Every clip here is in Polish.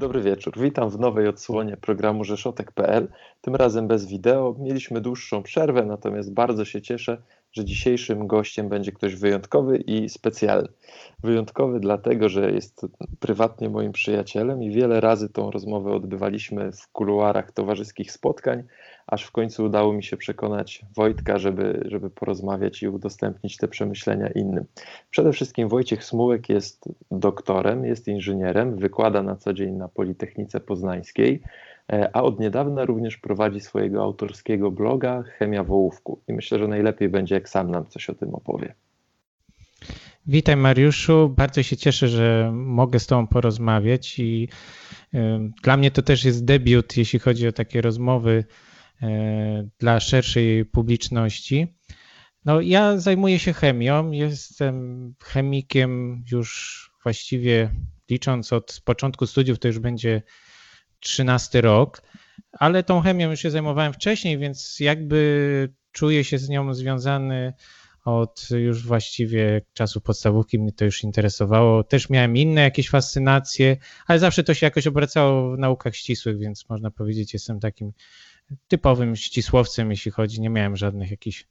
Dobry wieczór. Witam w nowej odsłonie programu Rzeszotek.pl. Tym razem bez wideo. Mieliśmy dłuższą przerwę, natomiast bardzo się cieszę, że dzisiejszym gościem będzie ktoś wyjątkowy i specjalny. Wyjątkowy dlatego, że jest prywatnie moim przyjacielem i wiele razy tą rozmowę odbywaliśmy w kuluarach towarzyskich spotkań, aż w końcu udało mi się przekonać Wojtka, żeby porozmawiać i udostępnić te przemyślenia innym. Przede wszystkim Wojciech Smułek jest doktorem, jest inżynierem, wykłada na co dzień na Politechnice Poznańskiej, a od niedawna również prowadzi swojego autorskiego bloga Chemia w ołówku. I myślę, że najlepiej będzie, jak sam nam coś o tym opowie. Witaj Mariuszu, bardzo się cieszę, że mogę z Tobą porozmawiać i dla mnie to też jest debiut, jeśli chodzi o takie rozmowy dla szerszej publiczności. No, ja zajmuję się chemią, jestem chemikiem już właściwie licząc od początku studiów, to już będzie 13 rok, ale tą chemią już się zajmowałem wcześniej, więc jakby czuję się z nią związany od już właściwie czasu podstawówki, mnie to już interesowało. Też miałem inne jakieś fascynacje, ale zawsze to się jakoś obracało w naukach ścisłych, więc można powiedzieć, jestem takim typowym ścisłowcem, jeśli chodzi, nie miałem żadnych jakichś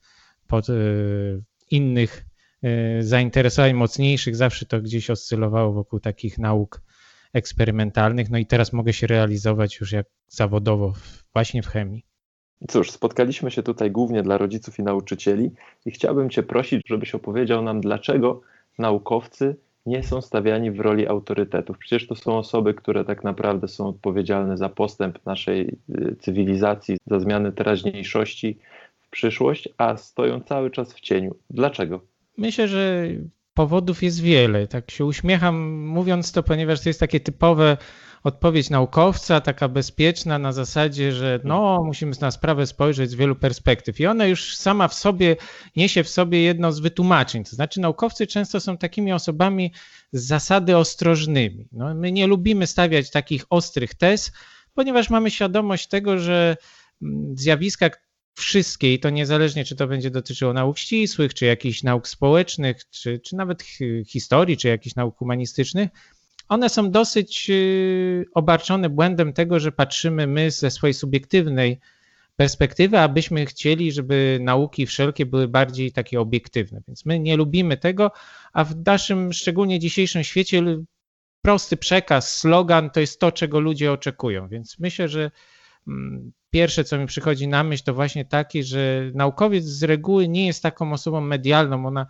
innych zainteresowań mocniejszych, zawsze to gdzieś oscylowało wokół takich nauk eksperymentalnych, no i teraz mogę się realizować już jak zawodowo właśnie w chemii. Cóż, spotkaliśmy się tutaj głównie dla rodziców i nauczycieli i chciałbym Cię prosić, żebyś opowiedział nam, dlaczego naukowcy nie są stawiani w roli autorytetów. Przecież to są osoby, które tak naprawdę są odpowiedzialne za postęp naszej cywilizacji, za zmiany teraźniejszości w przyszłość, a stoją cały czas w cieniu. Dlaczego? Myślę, że powodów jest wiele. Tak się uśmiecham mówiąc to, ponieważ to jest takie typowe odpowiedź naukowca, taka bezpieczna na zasadzie, że no musimy na sprawę spojrzeć z wielu perspektyw i ona już sama w sobie niesie w sobie jedno z wytłumaczeń. To znaczy naukowcy często są takimi osobami z zasady ostrożnymi. No, my nie lubimy stawiać takich ostrych tez, ponieważ mamy świadomość tego, że zjawiska wszystkie i to niezależnie, czy to będzie dotyczyło nauk ścisłych, czy jakichś nauk społecznych, czy nawet historii, czy jakichś nauk humanistycznych, one są dosyć obarczone błędem tego, że patrzymy my ze swojej subiektywnej perspektywy, abyśmy chcieli, żeby nauki wszelkie były bardziej takie obiektywne. Więc my nie lubimy tego, a w naszym, szczególnie dzisiejszym świecie, prosty przekaz, slogan to jest to, czego ludzie oczekują. Więc myślę, że pierwsze, co mi przychodzi na myśl, to właśnie takie, że naukowiec z reguły nie jest taką osobą medialną. Ona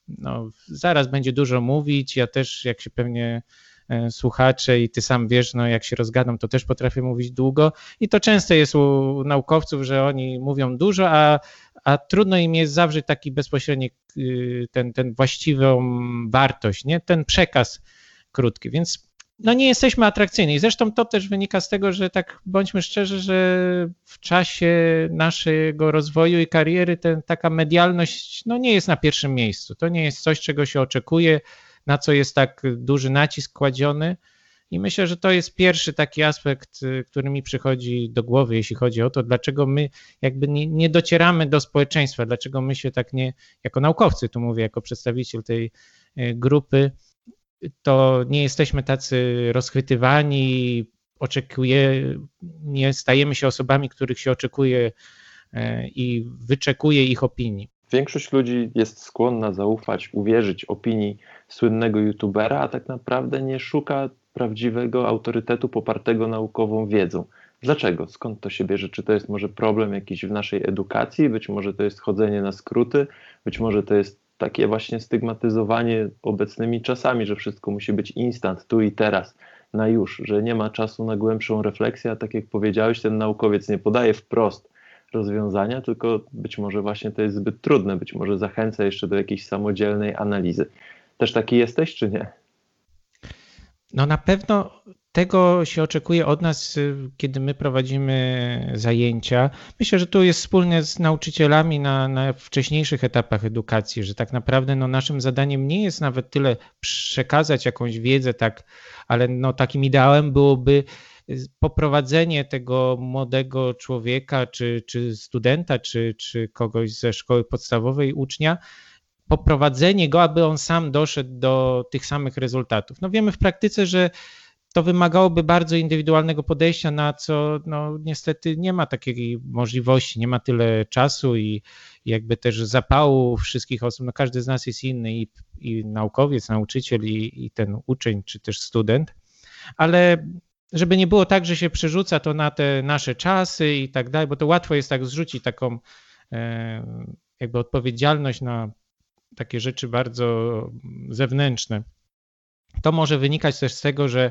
zaraz będzie dużo mówić. Ja też, jak się pewnie słuchacze i ty sam wiesz, jak się rozgadam, to też potrafię mówić długo i to często jest u naukowców, że oni mówią dużo, a trudno im jest zawrzeć taki bezpośredni ten właściwą wartość, nie? Ten przekaz krótki, więc nie jesteśmy atrakcyjni. Zresztą to też wynika z tego, że tak bądźmy szczerzy, że w czasie naszego rozwoju i kariery taka medialność nie jest na pierwszym miejscu. To nie jest coś, czego się oczekuje, na co jest tak duży nacisk kładziony i myślę, że to jest pierwszy taki aspekt, który mi przychodzi do głowy, jeśli chodzi o to, dlaczego my jakby nie docieramy do społeczeństwa, dlaczego my się tak nie, jako naukowcy, tu mówię, jako przedstawiciel tej grupy, to nie jesteśmy tacy rozchwytywani, nie stajemy się osobami, których się oczekuje i wyczekuje ich opinii. Większość ludzi jest skłonna zaufać, uwierzyć opinii słynnego youtubera, a tak naprawdę nie szuka prawdziwego autorytetu popartego naukową wiedzą. Dlaczego? Skąd to się bierze? Czy to jest może problem jakiś w naszej edukacji? Być może to jest chodzenie na skróty? Być może to jest takie właśnie stygmatyzowanie obecnymi czasami, że wszystko musi być instant, tu i teraz, na już, że nie ma czasu na głębszą refleksję, a tak jak powiedziałeś, ten naukowiec nie podaje wprost rozwiązania, tylko być może właśnie to jest zbyt trudne, być może zachęca jeszcze do jakiejś samodzielnej analizy. Też taki jesteś, czy nie? Na pewno tego się oczekuje od nas, kiedy my prowadzimy zajęcia. Myślę, że tu jest wspólnie z nauczycielami na wcześniejszych etapach edukacji, że tak naprawdę naszym zadaniem nie jest nawet tyle przekazać jakąś wiedzę, ale takim ideałem byłoby poprowadzenie tego młodego człowieka, czy studenta, czy kogoś ze szkoły podstawowej, ucznia, poprowadzenie go, aby on sam doszedł do tych samych rezultatów. Wiemy w praktyce, że to wymagałoby bardzo indywidualnego podejścia, na co no, niestety nie ma takiej możliwości, nie ma tyle czasu i jakby też zapału wszystkich osób. No, każdy z nas jest inny i naukowiec, nauczyciel i ten uczeń, czy też student, ale żeby nie było tak, że się przerzuca to na te nasze czasy i tak dalej, bo to łatwo jest tak zrzucić taką jakby odpowiedzialność na takie rzeczy bardzo zewnętrzne. To może wynikać też z tego, że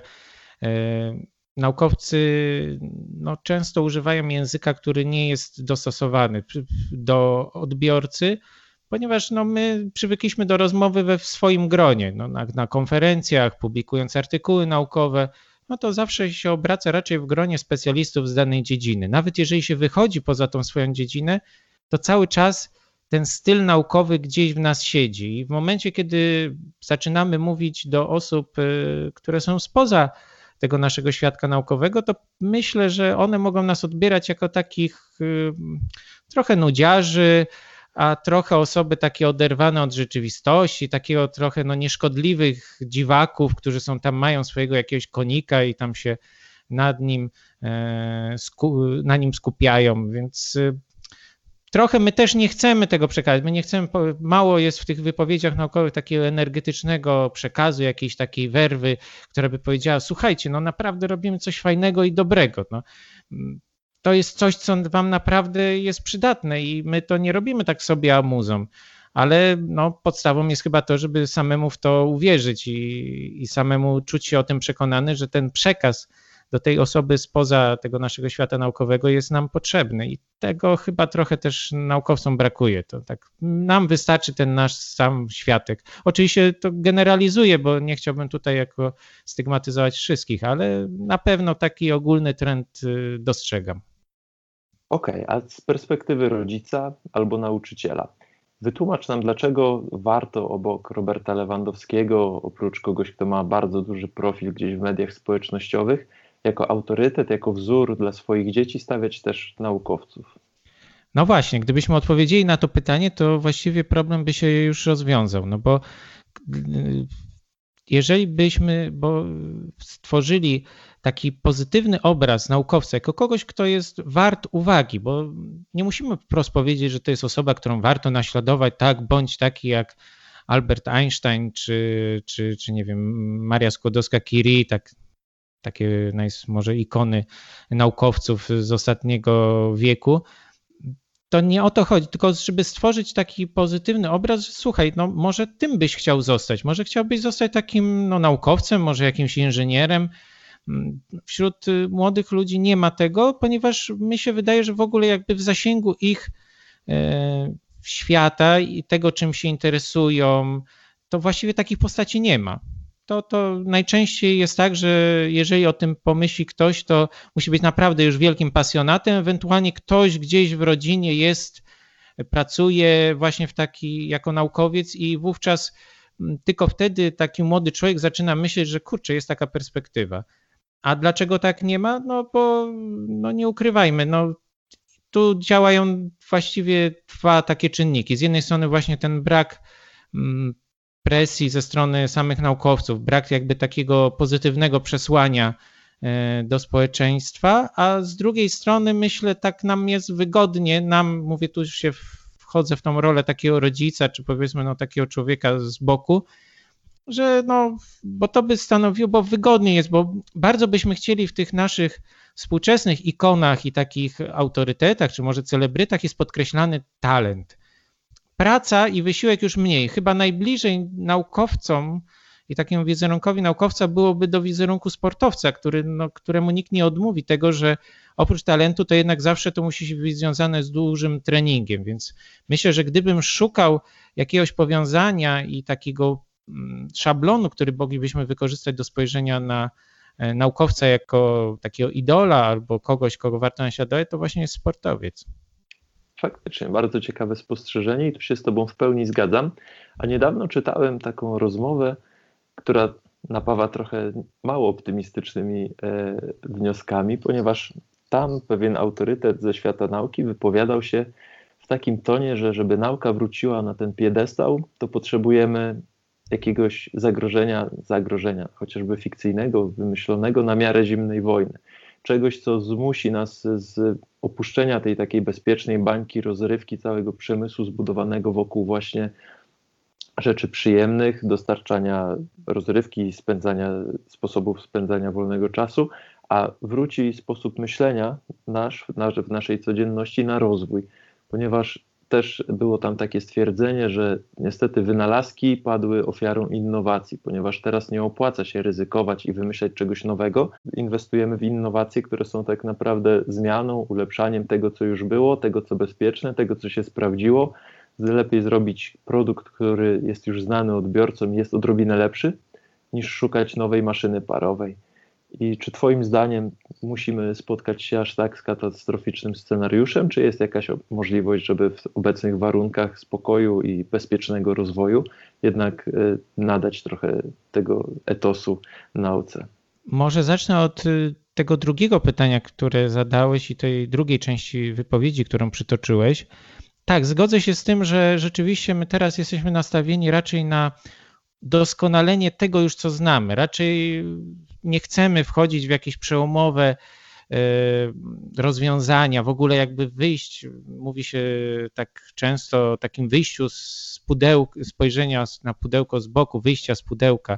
naukowcy no, często używają języka, który nie jest dostosowany do odbiorcy, ponieważ no, my przywykliśmy do rozmowy we swoim gronie, no, na konferencjach, publikując artykuły naukowe, no to zawsze się obraca raczej w gronie specjalistów z danej dziedziny. Nawet jeżeli się wychodzi poza tą swoją dziedzinę, to cały czas ten styl naukowy gdzieś w nas siedzi i w momencie, kiedy zaczynamy mówić do osób, które są spoza tego naszego świadka naukowego, to myślę, że one mogą nas odbierać jako takich trochę nudziarzy, a trochę osoby takie oderwane od rzeczywistości, takiego trochę no nieszkodliwych dziwaków, którzy są tam, mają swojego jakiegoś konika i tam się na nim skupiają, więc trochę my też nie chcemy tego przekazać, my nie chcemy, mało jest w tych wypowiedziach naukowych takiego energetycznego przekazu, jakiejś takiej werwy, która by powiedziała, słuchajcie, no naprawdę robimy coś fajnego i dobrego, no. To jest coś, co wam naprawdę jest przydatne i my to nie robimy tak sobie amuzą, ale no, podstawą jest chyba to, żeby samemu w to uwierzyć i samemu czuć się o tym przekonany, że ten przekaz do tej osoby spoza tego naszego świata naukowego jest nam potrzebny i tego chyba trochę też naukowcom brakuje. To tak nam wystarczy ten nasz sam światek. Oczywiście to generalizuję, bo nie chciałbym tutaj jako stygmatyzować wszystkich, ale na pewno taki ogólny trend dostrzegam. Okej, a z perspektywy rodzica albo nauczyciela, wytłumacz nam, dlaczego warto obok Roberta Lewandowskiego, oprócz kogoś, kto ma bardzo duży profil gdzieś w mediach społecznościowych, jako autorytet, jako wzór dla swoich dzieci stawiać też naukowców. No właśnie, gdybyśmy odpowiedzieli na to pytanie, to właściwie problem by się już rozwiązał, no bo jeżeli byśmy stworzyli taki pozytywny obraz naukowca jako kogoś, kto jest wart uwagi, bo nie musimy wprost powiedzieć, że to jest osoba, którą warto naśladować, tak, bądź taki jak Albert Einstein, czy nie wiem, Maria Skłodowska-Curie, takie może ikony naukowców z ostatniego wieku, to nie o to chodzi, tylko żeby stworzyć taki pozytywny obraz, że słuchaj, no może tym byś chciał zostać, może chciałbyś zostać takim no, naukowcem, może jakimś inżynierem. Wśród młodych ludzi nie ma tego, ponieważ mi się wydaje, że w ogóle jakby w zasięgu ich świata i tego, czym się interesują, to właściwie takich postaci nie ma. To najczęściej jest tak, że jeżeli o tym pomyśli ktoś, to musi być naprawdę już wielkim pasjonatem, ewentualnie ktoś gdzieś w rodzinie pracuje właśnie jako naukowiec i wówczas tylko wtedy taki młody człowiek zaczyna myśleć, że kurczę, jest taka perspektywa. A dlaczego tak nie ma? No bo no nie ukrywajmy, no tu działają właściwie dwa takie czynniki. Z jednej strony właśnie ten brak presji ze strony samych naukowców, brak jakby takiego pozytywnego przesłania do społeczeństwa, a z drugiej strony myślę, tak nam jest wygodnie, mówię, tu już się wchodzę w tą rolę takiego rodzica, czy powiedzmy no takiego człowieka z boku, że no, bo to by stanowiło, bo wygodnie jest, bo bardzo byśmy chcieli w tych naszych współczesnych ikonach i takich autorytetach, czy może celebrytach jest podkreślany talent. Praca i wysiłek już mniej. Chyba najbliżej naukowcom i takiemu wizerunkowi naukowca byłoby do wizerunku sportowca, któremu nikt nie odmówi tego, że oprócz talentu to jednak zawsze to musi być związane z dużym treningiem, więc myślę, że gdybym szukał jakiegoś powiązania i takiego szablonu, który moglibyśmy wykorzystać do spojrzenia na naukowca jako takiego idola albo kogoś, kogo warto naśladować, to właśnie jest sportowiec. Faktycznie, bardzo ciekawe spostrzeżenie i tu się z tobą w pełni zgadzam. A niedawno czytałem taką rozmowę, która napawa trochę mało optymistycznymi wnioskami, ponieważ tam pewien autorytet ze świata nauki wypowiadał się w takim tonie, że żeby nauka wróciła na ten piedestał, to potrzebujemy jakiegoś zagrożenia, chociażby fikcyjnego, wymyślonego na miarę zimnej wojny. Czegoś, co zmusi nas z opuszczenia tej takiej bezpiecznej bańki rozrywki, całego przemysłu zbudowanego wokół właśnie rzeczy przyjemnych, dostarczania rozrywki, sposobów spędzania wolnego czasu, a wróci sposób myślenia w naszej codzienności na rozwój, ponieważ też było tam takie stwierdzenie, że niestety wynalazki padły ofiarą innowacji, ponieważ teraz nie opłaca się ryzykować i wymyślać czegoś nowego. Inwestujemy w innowacje, które są tak naprawdę zmianą, ulepszaniem tego, co już było, tego, co bezpieczne, tego, co się sprawdziło. Lepiej zrobić produkt, który jest już znany odbiorcom i jest odrobinę lepszy, niż szukać nowej maszyny parowej. I czy twoim zdaniem musimy spotkać się aż tak z katastroficznym scenariuszem, czy jest jakaś możliwość, żeby w obecnych warunkach spokoju i bezpiecznego rozwoju jednak nadać trochę tego etosu nauce? Może zacznę od tego drugiego pytania, które zadałeś i tej drugiej części wypowiedzi, którą przytoczyłeś. Tak, zgodzę się z tym, że rzeczywiście my teraz jesteśmy nastawieni raczej na doskonalenie tego już, co znamy. Raczej nie chcemy wchodzić w jakieś przełomowe rozwiązania, w ogóle jakby wyjść, mówi się tak często o takim wyjściu z pudełka, spojrzenia na pudełko z boku, wyjścia z pudełka.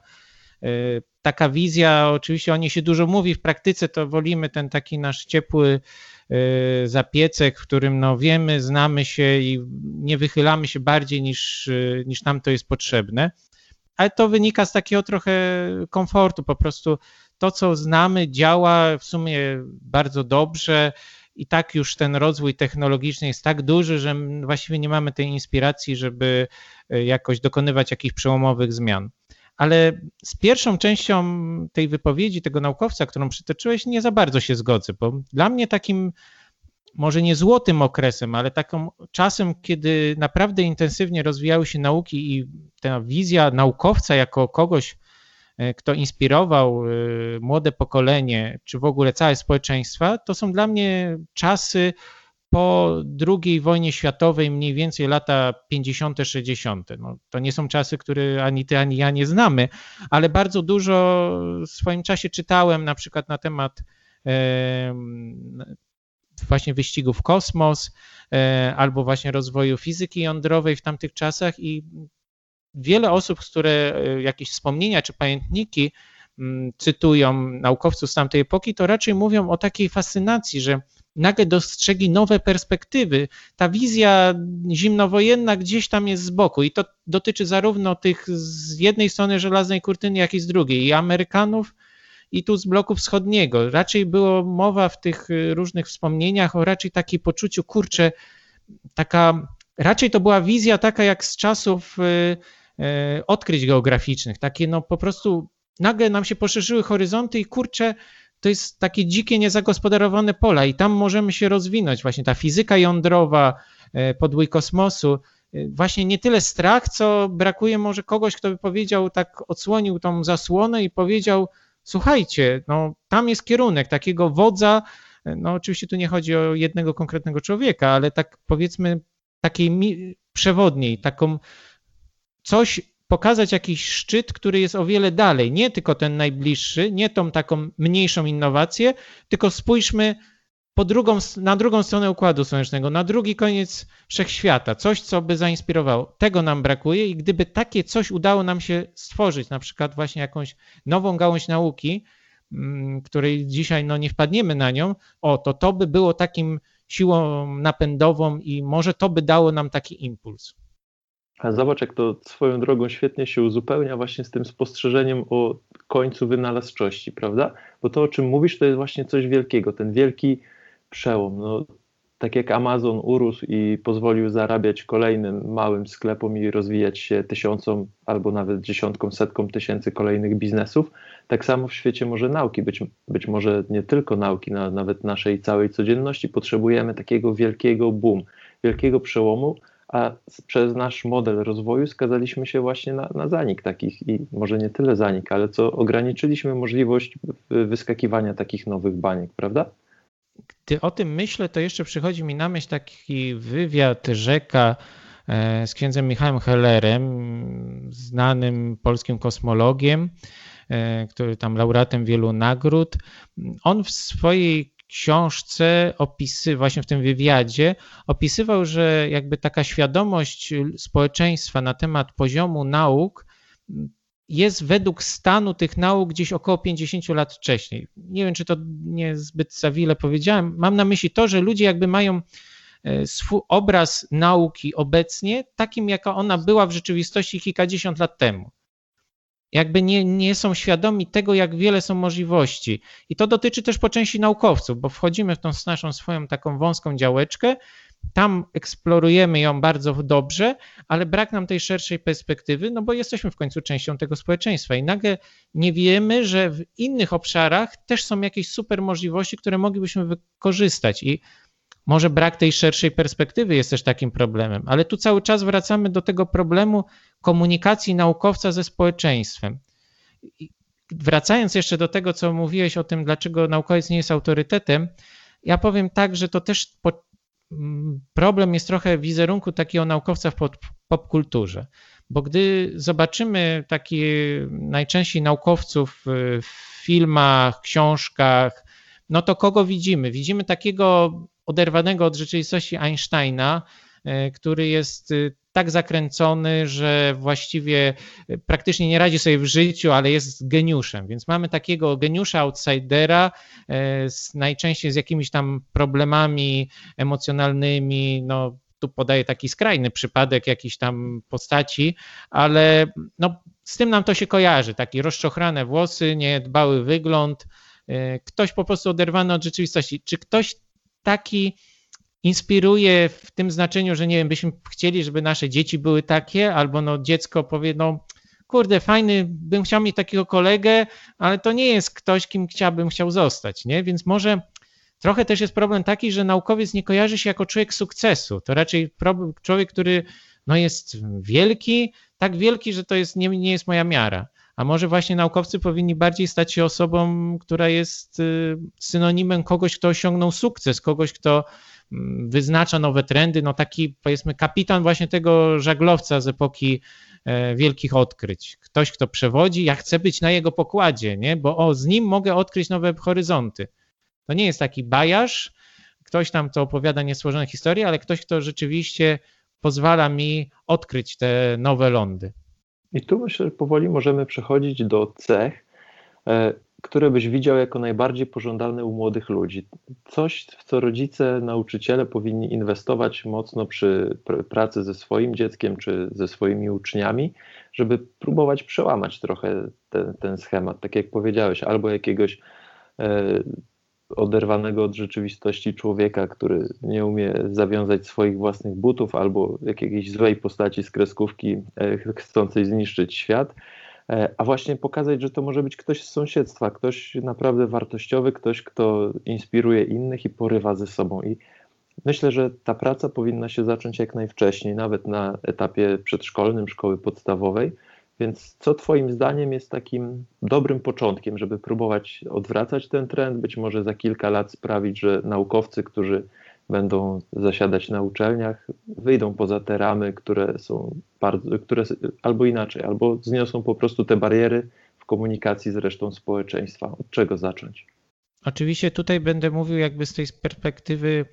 Taka wizja, oczywiście o niej się dużo mówi, w praktyce to wolimy ten taki nasz ciepły zapiecek, w którym no wiemy, znamy się i nie wychylamy się bardziej niż nam to jest potrzebne. Ale to wynika z takiego trochę komfortu, po prostu to, co znamy, działa w sumie bardzo dobrze i tak już ten rozwój technologiczny jest tak duży, że właściwie nie mamy tej inspiracji, żeby jakoś dokonywać jakichś przełomowych zmian. Ale z pierwszą częścią tej wypowiedzi tego naukowca, którą przytoczyłeś, nie za bardzo się zgodzę, bo dla mnie takim może nie złotym okresem, ale takim czasem, kiedy naprawdę intensywnie rozwijały się nauki i ta wizja naukowca jako kogoś, kto inspirował młode pokolenie, czy w ogóle całe społeczeństwa, to są dla mnie czasy po II wojnie światowej, mniej więcej lata 50., 60. No, to nie są czasy, które ani ty, ani ja nie znamy, ale bardzo dużo w swoim czasie czytałem na przykład na temat właśnie wyścigów w kosmos albo właśnie rozwoju fizyki jądrowej w tamtych czasach i wiele osób, które jakieś wspomnienia czy pamiętniki cytują naukowców z tamtej epoki, to raczej mówią o takiej fascynacji, że nagle dostrzegli nowe perspektywy. Ta wizja zimnowojenna gdzieś tam jest z boku i to dotyczy zarówno tych z jednej strony żelaznej kurtyny, jak i z drugiej, i Amerykanów, i tu z bloku wschodniego. Raczej było mowa w tych różnych wspomnieniach o raczej takiej poczuciu, kurczę, raczej to była wizja taka jak z czasów odkryć geograficznych, takie no po prostu nagle nam się poszerzyły horyzonty i kurczę, to jest takie dzikie, niezagospodarowane pola i tam możemy się rozwinąć. Właśnie ta fizyka jądrowa, podbój kosmosu, właśnie nie tyle strach, co brakuje może kogoś, kto by powiedział, tak odsłonił tą zasłonę i powiedział, słuchajcie, no tam jest kierunek takiego wodza, no oczywiście tu nie chodzi o jednego konkretnego człowieka, ale tak powiedzmy takiej przewodniej, taką coś, pokazać jakiś szczyt, który jest o wiele dalej, nie tylko ten najbliższy, nie tą taką mniejszą innowację, tylko spójrzmy na drugą stronę Układu Słonecznego, na drugi koniec wszechświata, coś, co by zainspirowało. Tego nam brakuje i gdyby takie coś udało nam się stworzyć, na przykład właśnie jakąś nową gałąź nauki, której dzisiaj no, nie wpadniemy na nią, to by było takim siłą napędową i może to by dało nam taki impuls. A zobacz, jak to swoją drogą świetnie się uzupełnia właśnie z tym spostrzeżeniem o końcu wynalazczości, prawda? Bo to, o czym mówisz, to jest właśnie coś wielkiego, ten wielki przełom. No, tak jak Amazon urósł i pozwolił zarabiać kolejnym małym sklepom i rozwijać się tysiącom albo nawet dziesiątkom, setkom tysięcy kolejnych biznesów, tak samo w świecie może nauki, być może nie tylko nauki, nawet naszej całej codzienności potrzebujemy takiego wielkiego boom, wielkiego przełomu, a przez nasz model rozwoju skazaliśmy się właśnie na zanik takich i może nie tyle zanik, ale co ograniczyliśmy możliwość wyskakiwania takich nowych baniek, prawda? Gdy o tym myślę, to jeszcze przychodzi mi na myśl taki wywiad Rzeka z księdzem Michałem Hellerem, znanym polskim kosmologiem, który tam laureatem wielu nagród. On w swojej książce właśnie w tym wywiadzie opisywał, że jakby taka świadomość społeczeństwa na temat poziomu nauk jest według stanu tych nauk gdzieś około 50 lat wcześniej. Nie wiem, czy to nie zbyt za wiele powiedziałem. Mam na myśli to, że ludzie jakby mają swój obraz nauki obecnie takim, jaka ona była w rzeczywistości kilkadziesiąt lat temu. Jakby nie są świadomi tego, jak wiele są możliwości. I to dotyczy też po części naukowców, bo wchodzimy w tą naszą swoją taką wąską działeczkę, tam eksplorujemy ją bardzo dobrze, ale brak nam tej szerszej perspektywy, no bo jesteśmy w końcu częścią tego społeczeństwa i nagle nie wiemy, że w innych obszarach też są jakieś super możliwości, które moglibyśmy wykorzystać i może brak tej szerszej perspektywy jest też takim problemem, ale tu cały czas wracamy do tego problemu komunikacji naukowca ze społeczeństwem. Wracając jeszcze do tego, co mówiłeś o tym, dlaczego naukowiec nie jest autorytetem, ja powiem tak, że to też problem jest trochę wizerunku takiego naukowca w popkulturze, bo gdy zobaczymy takich najczęściej naukowców w filmach, książkach, no to kogo widzimy? Widzimy takiego oderwanego od rzeczywistości Einsteina, który jest tak zakręcony, że właściwie praktycznie nie radzi sobie w życiu, ale jest geniuszem. Więc mamy takiego geniusza outsidera, najczęściej z jakimiś tam problemami emocjonalnymi, no tu podaję taki skrajny przypadek jakiejś tam postaci, ale no, z tym nam to się kojarzy, taki rozczochrane włosy, niedbały wygląd, ktoś po prostu oderwany od rzeczywistości. Czy ktoś taki inspiruje w tym znaczeniu, że nie wiem, byśmy chcieli, żeby nasze dzieci były takie, albo no dziecko powie, no kurde, fajny, bym chciał mieć takiego kolegę, ale to nie jest ktoś, kim chciał zostać, nie? Więc może trochę też jest problem taki, że naukowiec nie kojarzy się jako człowiek sukcesu. To raczej człowiek, który no jest wielki, tak wielki, że to jest, nie jest moja miara. A może właśnie naukowcy powinni bardziej stać się osobą, która jest synonimem kogoś, kto osiągnął sukces, kogoś, kto wyznacza nowe trendy, no taki powiedzmy kapitan właśnie tego żaglowca z epoki wielkich odkryć. Ktoś, kto przewodzi, ja chcę być na jego pokładzie, nie? Bo z nim mogę odkryć nowe horyzonty. To nie jest taki bajarz, ktoś tam, co opowiada niestworzone historie, ale ktoś, kto rzeczywiście pozwala mi odkryć te nowe lądy. I tu myślę, że powoli możemy przechodzić do cech, które byś widział jako najbardziej pożądane u młodych ludzi. Coś, w co rodzice, nauczyciele powinni inwestować mocno przy pracy ze swoim dzieckiem czy ze swoimi uczniami, żeby próbować przełamać trochę ten schemat. Tak jak powiedziałeś, albo jakiegoś oderwanego od rzeczywistości człowieka, który nie umie zawiązać swoich własnych butów, albo jakiejś złej postaci z kreskówki chcącej zniszczyć świat, a właśnie pokazać, że to może być ktoś z sąsiedztwa, ktoś naprawdę wartościowy, ktoś, kto inspiruje innych i porywa ze sobą. I myślę, że ta praca powinna się zacząć jak najwcześniej, nawet na etapie przedszkolnym, szkoły podstawowej. Więc co twoim zdaniem jest takim dobrym początkiem, żeby próbować odwracać ten trend, być może za kilka lat sprawić, że naukowcy, którzy będą zasiadać na uczelniach, wyjdą poza te ramy, które są albo inaczej, albo zniosą po prostu te bariery w komunikacji z resztą społeczeństwa. Od czego zacząć? Oczywiście tutaj będę mówił jakby z tej perspektywy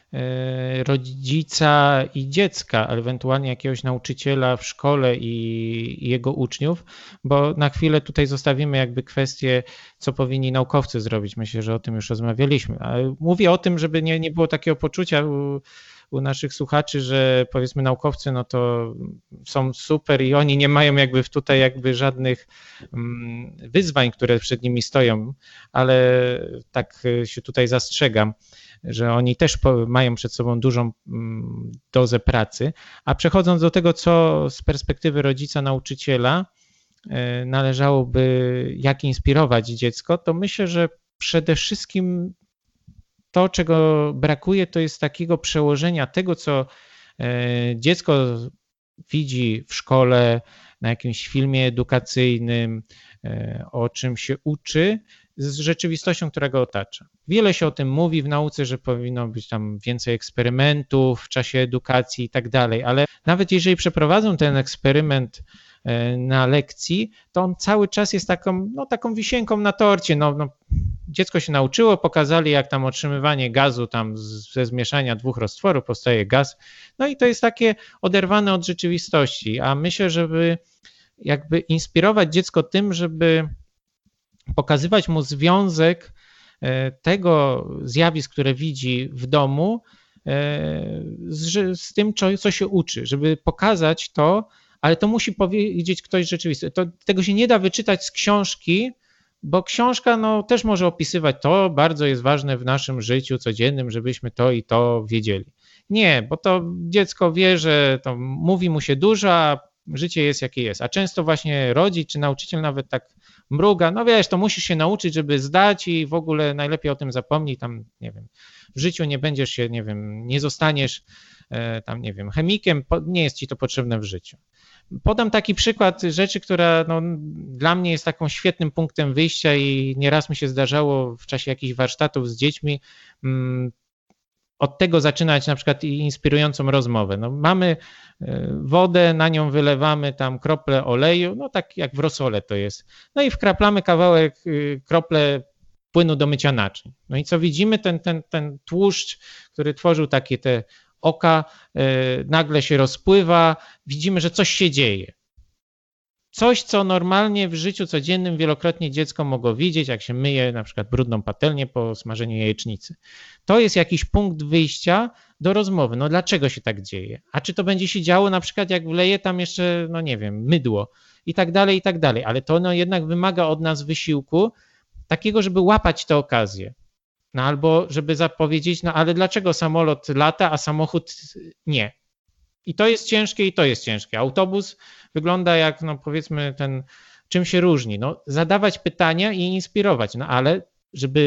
rodzica i dziecka, ewentualnie jakiegoś nauczyciela w szkole i jego uczniów, bo na chwilę tutaj zostawimy jakby kwestię, co powinni naukowcy zrobić. Myślę, że o tym już rozmawialiśmy. Ale mówię o tym, żeby nie było takiego poczucia u naszych słuchaczy, że powiedzmy naukowcy no to są super i oni nie mają jakby tutaj jakby żadnych wyzwań, które przed nimi stoją, ale tak się tutaj zastrzegam, że oni też mają przed sobą dużą dozę pracy. A przechodząc do tego, co z perspektywy rodzica, nauczyciela należałoby, jak inspirować dziecko, to myślę, że przede wszystkim to, czego brakuje, to jest takiego przełożenia tego, co dziecko widzi w szkole, na jakimś filmie edukacyjnym, o czym się uczy, z rzeczywistością, która go otacza. Wiele się o tym mówi w nauce, że powinno być tam więcej eksperymentów w czasie edukacji i tak dalej, ale nawet jeżeli przeprowadzą ten eksperyment na lekcji, to on cały czas jest taką wisienką na torcie. Dziecko się nauczyło, pokazali jak tam otrzymywanie gazu tam ze zmieszania 2 roztworów powstaje gaz, no i to jest takie oderwane od rzeczywistości, a myślę, żeby jakby inspirować dziecko tym, żeby pokazywać mu związek tego zjawisk, które widzi w domu z tym, co się uczy, żeby pokazać to, ale to musi powiedzieć ktoś rzeczywisty. Tego się nie da wyczytać z książki, bo książka też może opisywać to, bardzo jest ważne w naszym życiu codziennym, żebyśmy to i to wiedzieli. Nie, bo to dziecko wie, że to mówi mu się dużo, a życie jest jakie jest. A często właśnie rodzic czy nauczyciel nawet tak mruga, no wiesz, to musisz się nauczyć, żeby zdać i w ogóle najlepiej o tym zapomnij, tam nie wiem, w życiu nie będziesz się, nie wiem, nie zostaniesz tam, nie wiem, chemikiem, nie jest ci to potrzebne w życiu. Podam taki przykład rzeczy, która dla mnie jest taką świetnym punktem wyjścia i nieraz mi się zdarzało w czasie jakichś warsztatów z dziećmi od tego zaczynać na przykład inspirującą rozmowę. Mamy wodę, na nią wylewamy tam krople oleju, tak jak w rosole to jest. No i wkraplamy krople płynu do mycia naczyń. No i co widzimy? Ten tłuszcz, który tworzył takie te oka, nagle się rozpływa, widzimy, że coś się dzieje. Coś, co normalnie w życiu codziennym wielokrotnie dziecko mogło widzieć, jak się myje na przykład brudną patelnię po smażeniu jajecznicy. To jest jakiś punkt wyjścia do rozmowy. Dlaczego się tak dzieje? A czy to będzie się działo na przykład jak wleje tam jeszcze, nie wiem, mydło i tak dalej, i tak dalej. Ale to jednak wymaga od nas wysiłku takiego, żeby łapać te okazje. Albo żeby zapowiedzieć, ale dlaczego samolot lata, a samochód nie? I to jest ciężkie, i to jest ciężkie. Autobus wygląda jak, powiedzmy, czym się różni. Zadawać pytania i inspirować, ale żeby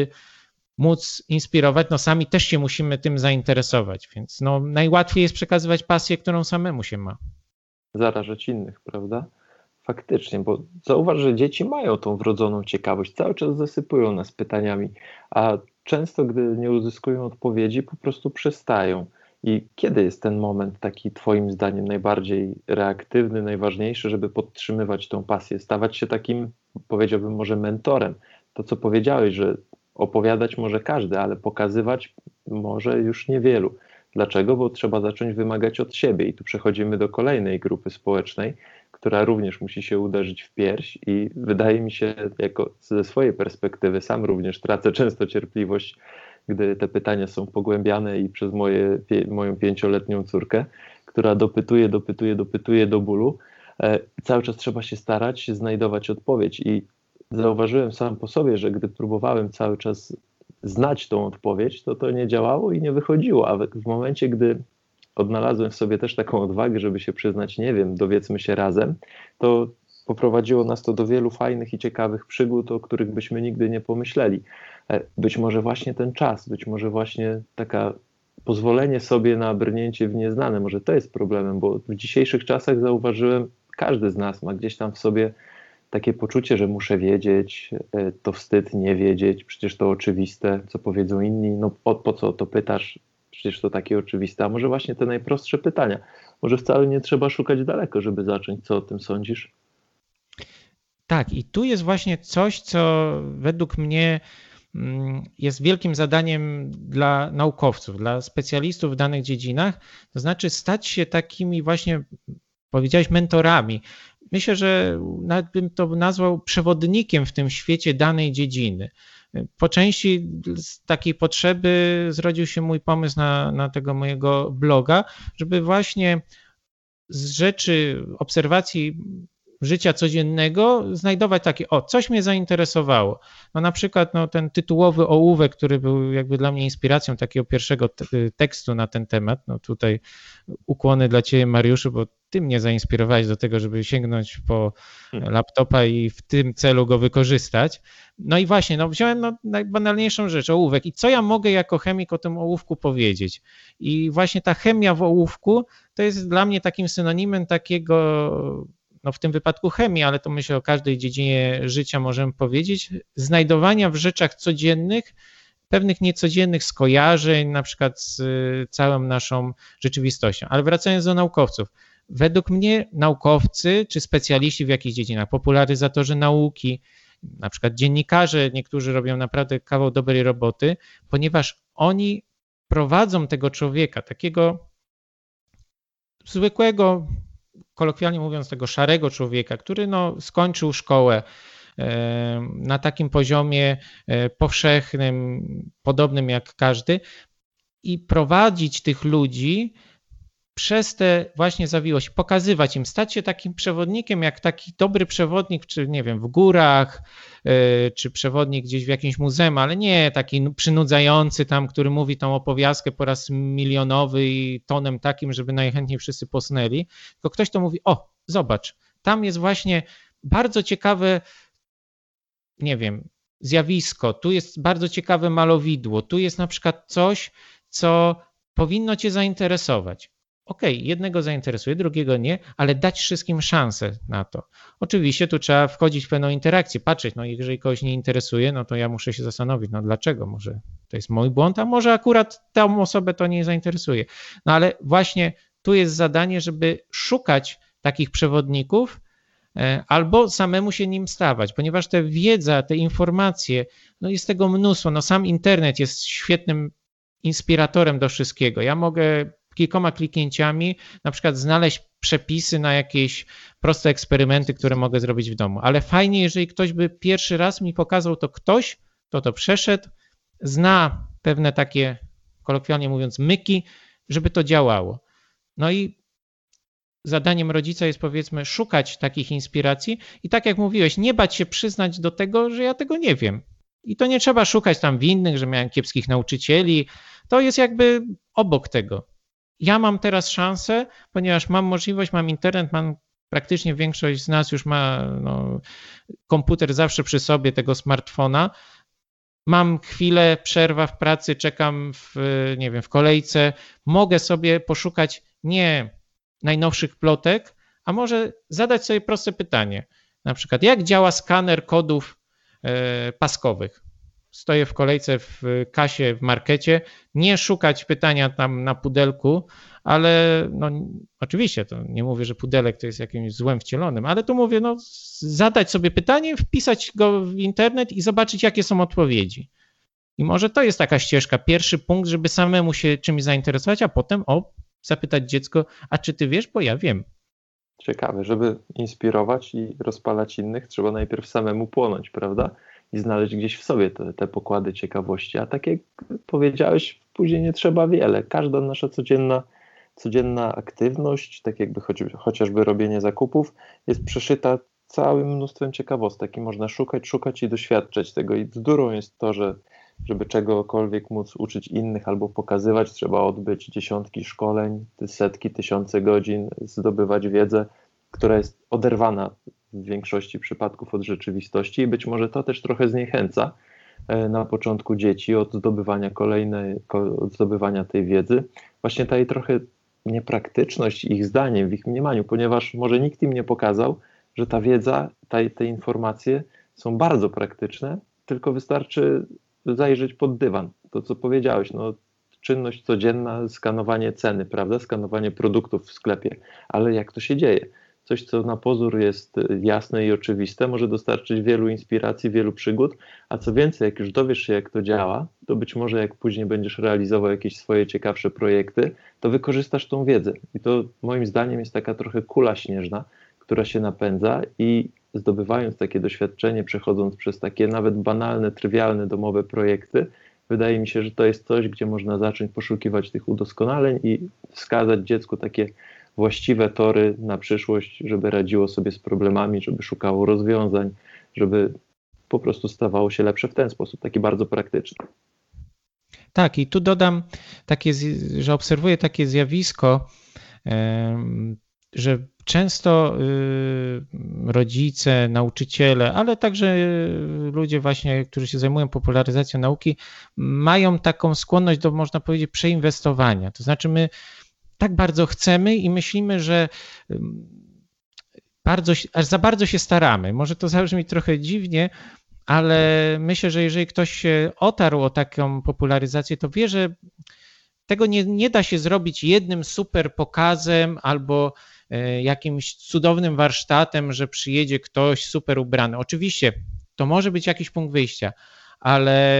móc inspirować, sami też się musimy tym zainteresować, więc najłatwiej jest przekazywać pasję, którą samemu się ma. Zarażać innych, prawda? Faktycznie, bo zauważ, że dzieci mają tą wrodzoną ciekawość, cały czas zasypują nas pytaniami, a często, gdy nie uzyskują odpowiedzi, po prostu przestają. I kiedy jest ten moment taki twoim zdaniem najbardziej reaktywny, najważniejszy, żeby podtrzymywać tą pasję, stawać się takim, powiedziałbym, może mentorem? To, co powiedziałeś, że opowiadać może każdy, ale pokazywać może już niewielu. Dlaczego? Bo trzeba zacząć wymagać od siebie i tu przechodzimy do kolejnej grupy społecznej, która również musi się uderzyć w pierś i wydaje mi się, ze swojej perspektywy, sam również tracę często cierpliwość, gdy te pytania są pogłębiane i przez moją 5-letnią córkę, która dopytuje do bólu. Cały czas trzeba się starać znajdować odpowiedź i zauważyłem sam po sobie, że gdy próbowałem cały czas znać tą odpowiedź, to nie działało i nie wychodziło, a w momencie, gdy odnalazłem w sobie też taką odwagę, żeby się przyznać, nie wiem, dowiedzmy się razem, to poprowadziło nas to do wielu fajnych i ciekawych przygód, o których byśmy nigdy nie pomyśleli. Być może właśnie ten czas, być może właśnie taka pozwolenie sobie na brnięcie w nieznane, może to jest problemem, bo w dzisiejszych czasach zauważyłem, każdy z nas ma gdzieś tam w sobie takie poczucie, że muszę wiedzieć, to wstyd nie wiedzieć, przecież to oczywiste, co powiedzą inni, po co to pytasz, przecież to takie oczywiste, a może właśnie te najprostsze pytania, może wcale nie trzeba szukać daleko, żeby zacząć, co o tym sądzisz? Tak, i tu jest właśnie coś, co według mnie jest wielkim zadaniem dla naukowców, dla specjalistów w danych dziedzinach, to znaczy stać się takimi właśnie, powiedziałeś, mentorami. Myślę, że nawet bym to nazwał przewodnikiem w tym świecie danej dziedziny. Po części z takiej potrzeby zrodził się mój pomysł na tego mojego bloga, żeby właśnie z rzeczy, obserwacji życia codziennego znajdować takie, coś mnie zainteresowało. Na przykład ten tytułowy ołówek, który był jakby dla mnie inspiracją takiego pierwszego tekstu na ten temat. Tutaj ukłony dla ciebie, Mariuszu, bo ty mnie zainspirowałeś do tego, żeby sięgnąć po laptopa i w tym celu go wykorzystać. I właśnie, wziąłem najbanalniejszą rzecz, ołówek. I co ja mogę jako chemik o tym ołówku powiedzieć? I właśnie ta chemia w ołówku to jest dla mnie takim synonimem takiego no w tym wypadku chemii, ale to myślę o każdej dziedzinie życia możemy powiedzieć, znajdowania w rzeczach codziennych pewnych niecodziennych skojarzeń, na przykład z całą naszą rzeczywistością. Ale wracając do naukowców, według mnie naukowcy czy specjaliści w jakichś dziedzinach, popularyzatorzy nauki, na przykład dziennikarze, niektórzy robią naprawdę kawał dobrej roboty, ponieważ oni prowadzą tego człowieka, takiego zwykłego, kolokwialnie mówiąc, tego szarego człowieka, który no, skończył szkołę na takim poziomie powszechnym, podobnym jak każdy, i prowadzić tych ludzi przez te właśnie zawiłości, pokazywać im, stać się takim przewodnikiem, jak taki dobry przewodnik, czy nie wiem, w górach, czy przewodnik gdzieś w jakimś muzeum, ale nie taki przynudzający tam, który mówi tą opowiastkę po raz milionowy i tonem takim, żeby najchętniej wszyscy posnęli, tylko ktoś to mówi, o, zobacz, tam jest właśnie bardzo ciekawe, nie wiem, zjawisko, tu jest bardzo ciekawe malowidło, tu jest na przykład coś, co powinno cię zainteresować. Okej, jednego zainteresuje, drugiego nie, ale dać wszystkim szansę na to. Oczywiście tu trzeba wchodzić w pewną interakcję, patrzeć, no jeżeli kogoś nie interesuje, no to ja muszę się zastanowić, no dlaczego, może to jest mój błąd, a może akurat tę osobę to nie zainteresuje. No ale właśnie tu jest zadanie, żeby szukać takich przewodników, albo samemu się nim stawać, ponieważ ta wiedza, te informacje, no jest tego mnóstwo, no sam internet jest świetnym inspiratorem do wszystkiego. Ja mogę kilkoma kliknięciami na przykład znaleźć przepisy na jakieś proste eksperymenty, które mogę zrobić w domu, ale fajnie, jeżeli ktoś by pierwszy raz mi pokazał to ktoś, to przeszedł, zna pewne takie, kolokwialnie mówiąc, myki, żeby to działało. No i zadaniem rodzica jest, powiedzmy, szukać takich inspiracji i tak jak mówiłeś, nie bać się przyznać do tego, że ja tego nie wiem. I to nie trzeba szukać tam winnych, że miałem kiepskich nauczycieli. To jest jakby obok tego. Ja mam teraz szansę, ponieważ mam możliwość, mam internet, mam praktycznie większość z nas już ma komputer zawsze przy sobie, tego smartfona. Mam chwilę, przerwa w pracy, czekam w kolejce. Mogę sobie poszukać nie najnowszych plotek, a może zadać sobie proste pytanie. Na przykład, jak działa skaner kodów paskowych? Stoję w kolejce w kasie w markecie, nie szukać pytania tam na pudelku, ale no oczywiście to nie mówię, że pudelek to jest jakimś złem wcielonym, ale tu mówię, no zadać sobie pytanie, wpisać go w internet i zobaczyć, jakie są odpowiedzi. I może to jest taka ścieżka, pierwszy punkt, żeby samemu się czymś zainteresować, a potem zapytać dziecko, a czy ty wiesz, bo ja wiem. Ciekawe, żeby inspirować i rozpalać innych, trzeba najpierw samemu płonąć, prawda? I znaleźć gdzieś w sobie te pokłady ciekawości. A tak jak powiedziałeś, później nie trzeba wiele. Każda nasza codzienna aktywność, tak jakby chociażby robienie zakupów, jest przeszyta całym mnóstwem ciekawostek i można szukać i doświadczać tego. I bzdurą jest to, że żeby czegokolwiek móc uczyć innych albo pokazywać, trzeba odbyć dziesiątki szkoleń, setki, tysiące godzin, zdobywać wiedzę, która jest oderwana w większości przypadków od rzeczywistości i być może to też trochę zniechęca na początku dzieci od zdobywania tej wiedzy. Właśnie ta jej trochę niepraktyczność ich zdaniem, w ich mniemaniu, ponieważ może nikt im nie pokazał, że ta wiedza, te informacje są bardzo praktyczne, tylko wystarczy zajrzeć pod dywan. To, co powiedziałeś, no, czynność codzienna, skanowanie ceny, prawda, skanowanie produktów w sklepie, ale jak to się dzieje? Coś, co na pozór jest jasne i oczywiste, może dostarczyć wielu inspiracji, wielu przygód, a co więcej, jak już dowiesz się, jak to działa, to być może jak później będziesz realizował jakieś swoje ciekawsze projekty, to wykorzystasz tą wiedzę. I to moim zdaniem jest taka trochę kula śnieżna, która się napędza i zdobywając takie doświadczenie, przechodząc przez takie nawet banalne, trywialne domowe projekty, wydaje mi się, że to jest coś, gdzie można zacząć poszukiwać tych udoskonaleń i wskazać dziecku takie właściwe tory na przyszłość, żeby radziło sobie z problemami, żeby szukało rozwiązań, żeby po prostu stawało się lepsze w ten sposób, taki bardzo praktyczny. Tak, i tu dodam że obserwuję takie zjawisko, że często rodzice, nauczyciele, ale także ludzie właśnie, którzy się zajmują popularyzacją nauki, mają taką skłonność do, można powiedzieć, przeinwestowania. To znaczy my tak bardzo chcemy i myślimy, że aż za bardzo się staramy. Może to zabrzmi trochę dziwnie, ale myślę, że jeżeli ktoś się otarł o taką popularyzację, to wie, że tego nie da się zrobić jednym super pokazem albo jakimś cudownym warsztatem, że przyjedzie ktoś super ubrany. Oczywiście to może być jakiś punkt wyjścia, ale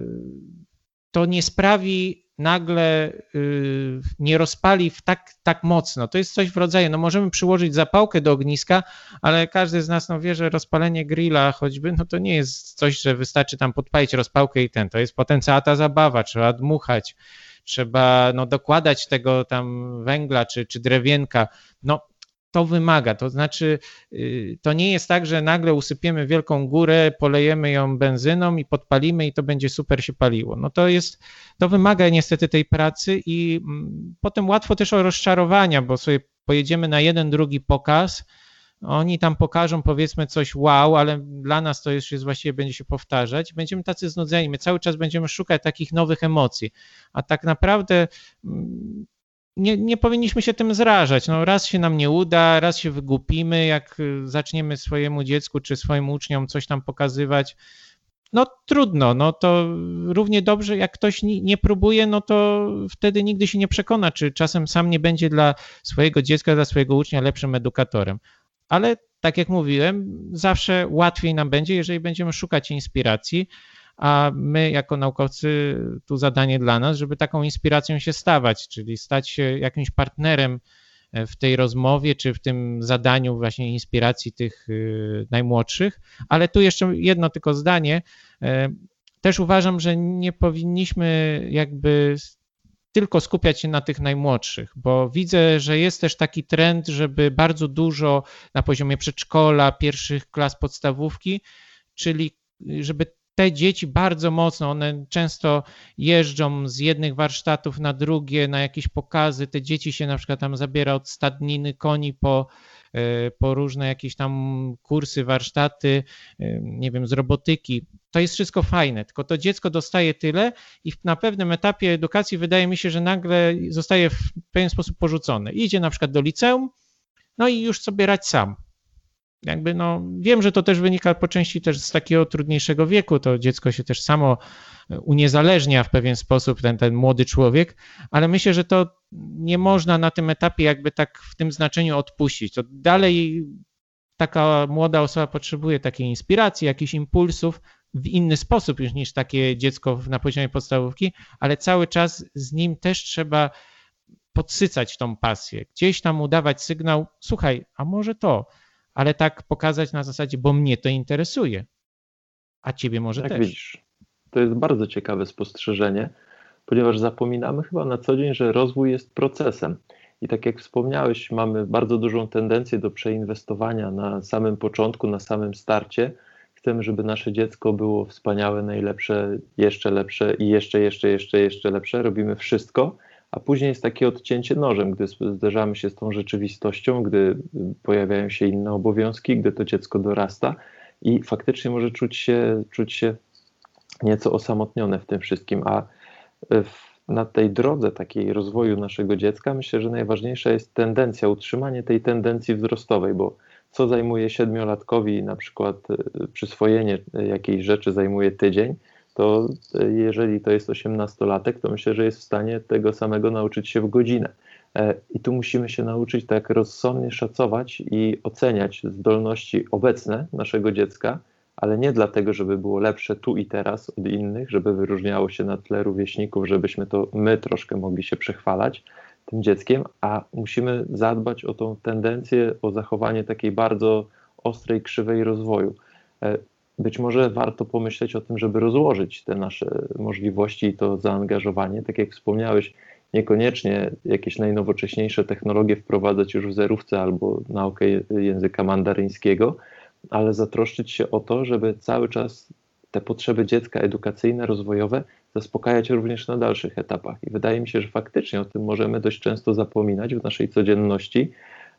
to nie sprawi nagle, nie rozpali tak mocno. To jest coś w rodzaju, no możemy przyłożyć zapałkę do ogniska, ale każdy z nas wie, że rozpalenie grilla choćby, no to nie jest coś, że wystarczy tam podpalić rozpałkę i to jest potem cała ta zabawa, trzeba dmuchać, trzeba dokładać tego tam węgla czy drewienka, to wymaga, to znaczy to nie jest tak, że nagle usypiemy wielką górę, polejemy ją benzyną i podpalimy i to będzie super się paliło. To wymaga niestety tej pracy i potem łatwo też o rozczarowania, bo sobie pojedziemy na jeden, drugi pokaz, oni tam pokażą powiedzmy coś wow, ale dla nas to już jest właściwie będzie się powtarzać. Będziemy tacy znudzeni, my cały czas będziemy szukać takich nowych emocji, a tak naprawdę nie powinniśmy się tym zrażać. Raz się nam nie uda, raz się wygłupimy, jak zaczniemy swojemu dziecku czy swoim uczniom coś tam pokazywać. Trudno, to równie dobrze, jak ktoś nie próbuje, to wtedy nigdy się nie przekona, czy czasem sam nie będzie dla swojego dziecka, dla swojego ucznia lepszym edukatorem. Ale tak jak mówiłem, zawsze łatwiej nam będzie, jeżeli będziemy szukać inspiracji, a my jako naukowcy, tu zadanie dla nas, żeby taką inspiracją się stawać, czyli stać się jakimś partnerem w tej rozmowie, czy w tym zadaniu właśnie inspiracji tych najmłodszych. Ale tu jeszcze jedno tylko zdanie. Też uważam, że nie powinniśmy jakby tylko skupiać się na tych najmłodszych, bo widzę, że jest też taki trend, żeby bardzo dużo na poziomie przedszkola, pierwszych klas podstawówki, czyli żeby te dzieci bardzo mocno, one często jeżdżą z jednych warsztatów na drugie, na jakieś pokazy, te dzieci się na przykład tam zabiera od stadniny koni po różne jakieś tam kursy, warsztaty, nie wiem, z robotyki. To jest wszystko fajne, tylko to dziecko dostaje tyle i na pewnym etapie edukacji wydaje mi się, że nagle zostaje w pewien sposób porzucone. Idzie na przykład do liceum, i już sobie radź sam. Wiem, że to też wynika po części też z takiego trudniejszego wieku, to dziecko się też samo uniezależnia w pewien sposób, ten młody człowiek, ale myślę, że to nie można na tym etapie jakby tak w tym znaczeniu odpuścić. To dalej taka młoda osoba potrzebuje takiej inspiracji, jakichś impulsów w inny sposób już niż takie dziecko na poziomie podstawówki, ale cały czas z nim też trzeba podsycać tą pasję, gdzieś tam udawać sygnał, słuchaj, a może to, ale tak pokazać na zasadzie, bo mnie to interesuje, a ciebie może też. Widzisz, to jest bardzo ciekawe spostrzeżenie, ponieważ zapominamy chyba na co dzień, że rozwój jest procesem. I tak jak wspomniałeś, mamy bardzo dużą tendencję do przeinwestowania na samym początku, na samym starcie. Chcemy, żeby nasze dziecko było wspaniałe, najlepsze, jeszcze lepsze i jeszcze lepsze. Robimy wszystko, a później jest takie odcięcie nożem, gdy zderzamy się z tą rzeczywistością, gdy pojawiają się inne obowiązki, gdy to dziecko dorasta i faktycznie może czuć się nieco osamotnione w tym wszystkim, a na tej drodze takiej rozwoju naszego dziecka myślę, że najważniejsza jest tendencja, utrzymanie tej tendencji wzrostowej, bo co zajmuje 7-latkowi na przykład przyswojenie jakiejś rzeczy zajmuje tydzień, to jeżeli to jest 18-latek, to myślę, że jest w stanie tego samego nauczyć się w godzinę. I tu musimy się nauczyć tak rozsądnie szacować i oceniać zdolności obecne naszego dziecka, ale nie dlatego, żeby było lepsze tu i teraz od innych, żeby wyróżniało się na tle rówieśników, żebyśmy to my troszkę mogli się przechwalać tym dzieckiem, a musimy zadbać o tą tendencję, o zachowanie takiej bardzo ostrej, krzywej rozwoju. Być może warto pomyśleć o tym, żeby rozłożyć te nasze możliwości i to zaangażowanie. Tak jak wspomniałeś, niekoniecznie jakieś najnowocześniejsze technologie wprowadzać już w zerówce albo naukę języka mandaryńskiego, ale zatroszczyć się o to, żeby cały czas te potrzeby dziecka edukacyjne, rozwojowe zaspokajać również na dalszych etapach. I wydaje mi się, że faktycznie o tym możemy dość często zapominać w naszej codzienności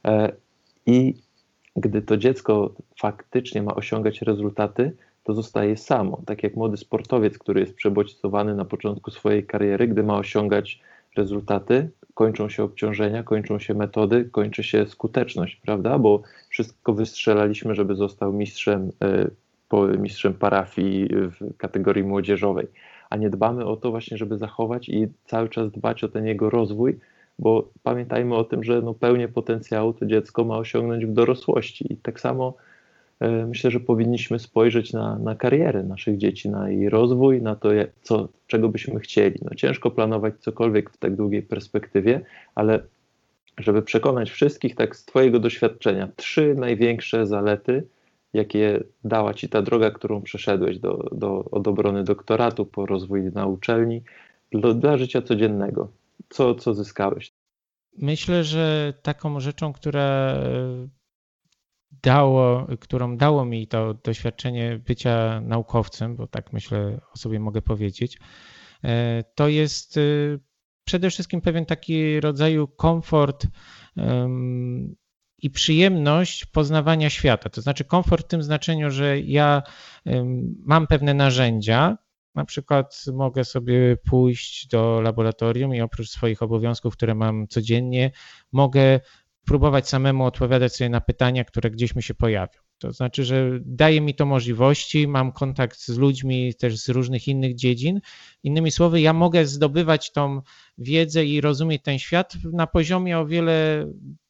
i gdy to dziecko faktycznie ma osiągać rezultaty, to zostaje samo. Tak jak młody sportowiec, który jest przebodźcowany na początku swojej kariery, gdy ma osiągać rezultaty, kończą się obciążenia, kończą się metody, kończy się skuteczność, prawda? Bo wszystko wystrzelaliśmy, żeby został mistrzem parafii w kategorii młodzieżowej, a nie dbamy o to właśnie, żeby zachować i cały czas dbać o ten jego rozwój, bo pamiętajmy o tym, że pełnię potencjału to dziecko ma osiągnąć w dorosłości i tak samo myślę, że powinniśmy spojrzeć na karierę naszych dzieci, na jej rozwój, na to, czego byśmy chcieli. Ciężko planować cokolwiek w tak długiej perspektywie, ale żeby przekonać wszystkich, tak z twojego doświadczenia, 3 największe zalety, jakie dała ci ta droga, którą przeszedłeś od obrony doktoratu po rozwój na uczelni, dla życia codziennego. Co zyskałeś? Myślę, że taką rzeczą, którą dało mi to doświadczenie bycia naukowcem, bo tak myślę o sobie mogę powiedzieć, to jest przede wszystkim pewien taki rodzaju komfort i przyjemność poznawania świata. To znaczy komfort w tym znaczeniu, że ja mam pewne narzędzia, na przykład mogę sobie pójść do laboratorium i oprócz swoich obowiązków, które mam codziennie, mogę próbować samemu odpowiadać sobie na pytania, które gdzieś mi się pojawią. To znaczy, że daje mi to możliwości, mam kontakt z ludźmi też z różnych innych dziedzin. Innymi słowy, ja mogę zdobywać tą wiedzę i rozumieć ten świat na poziomie o wiele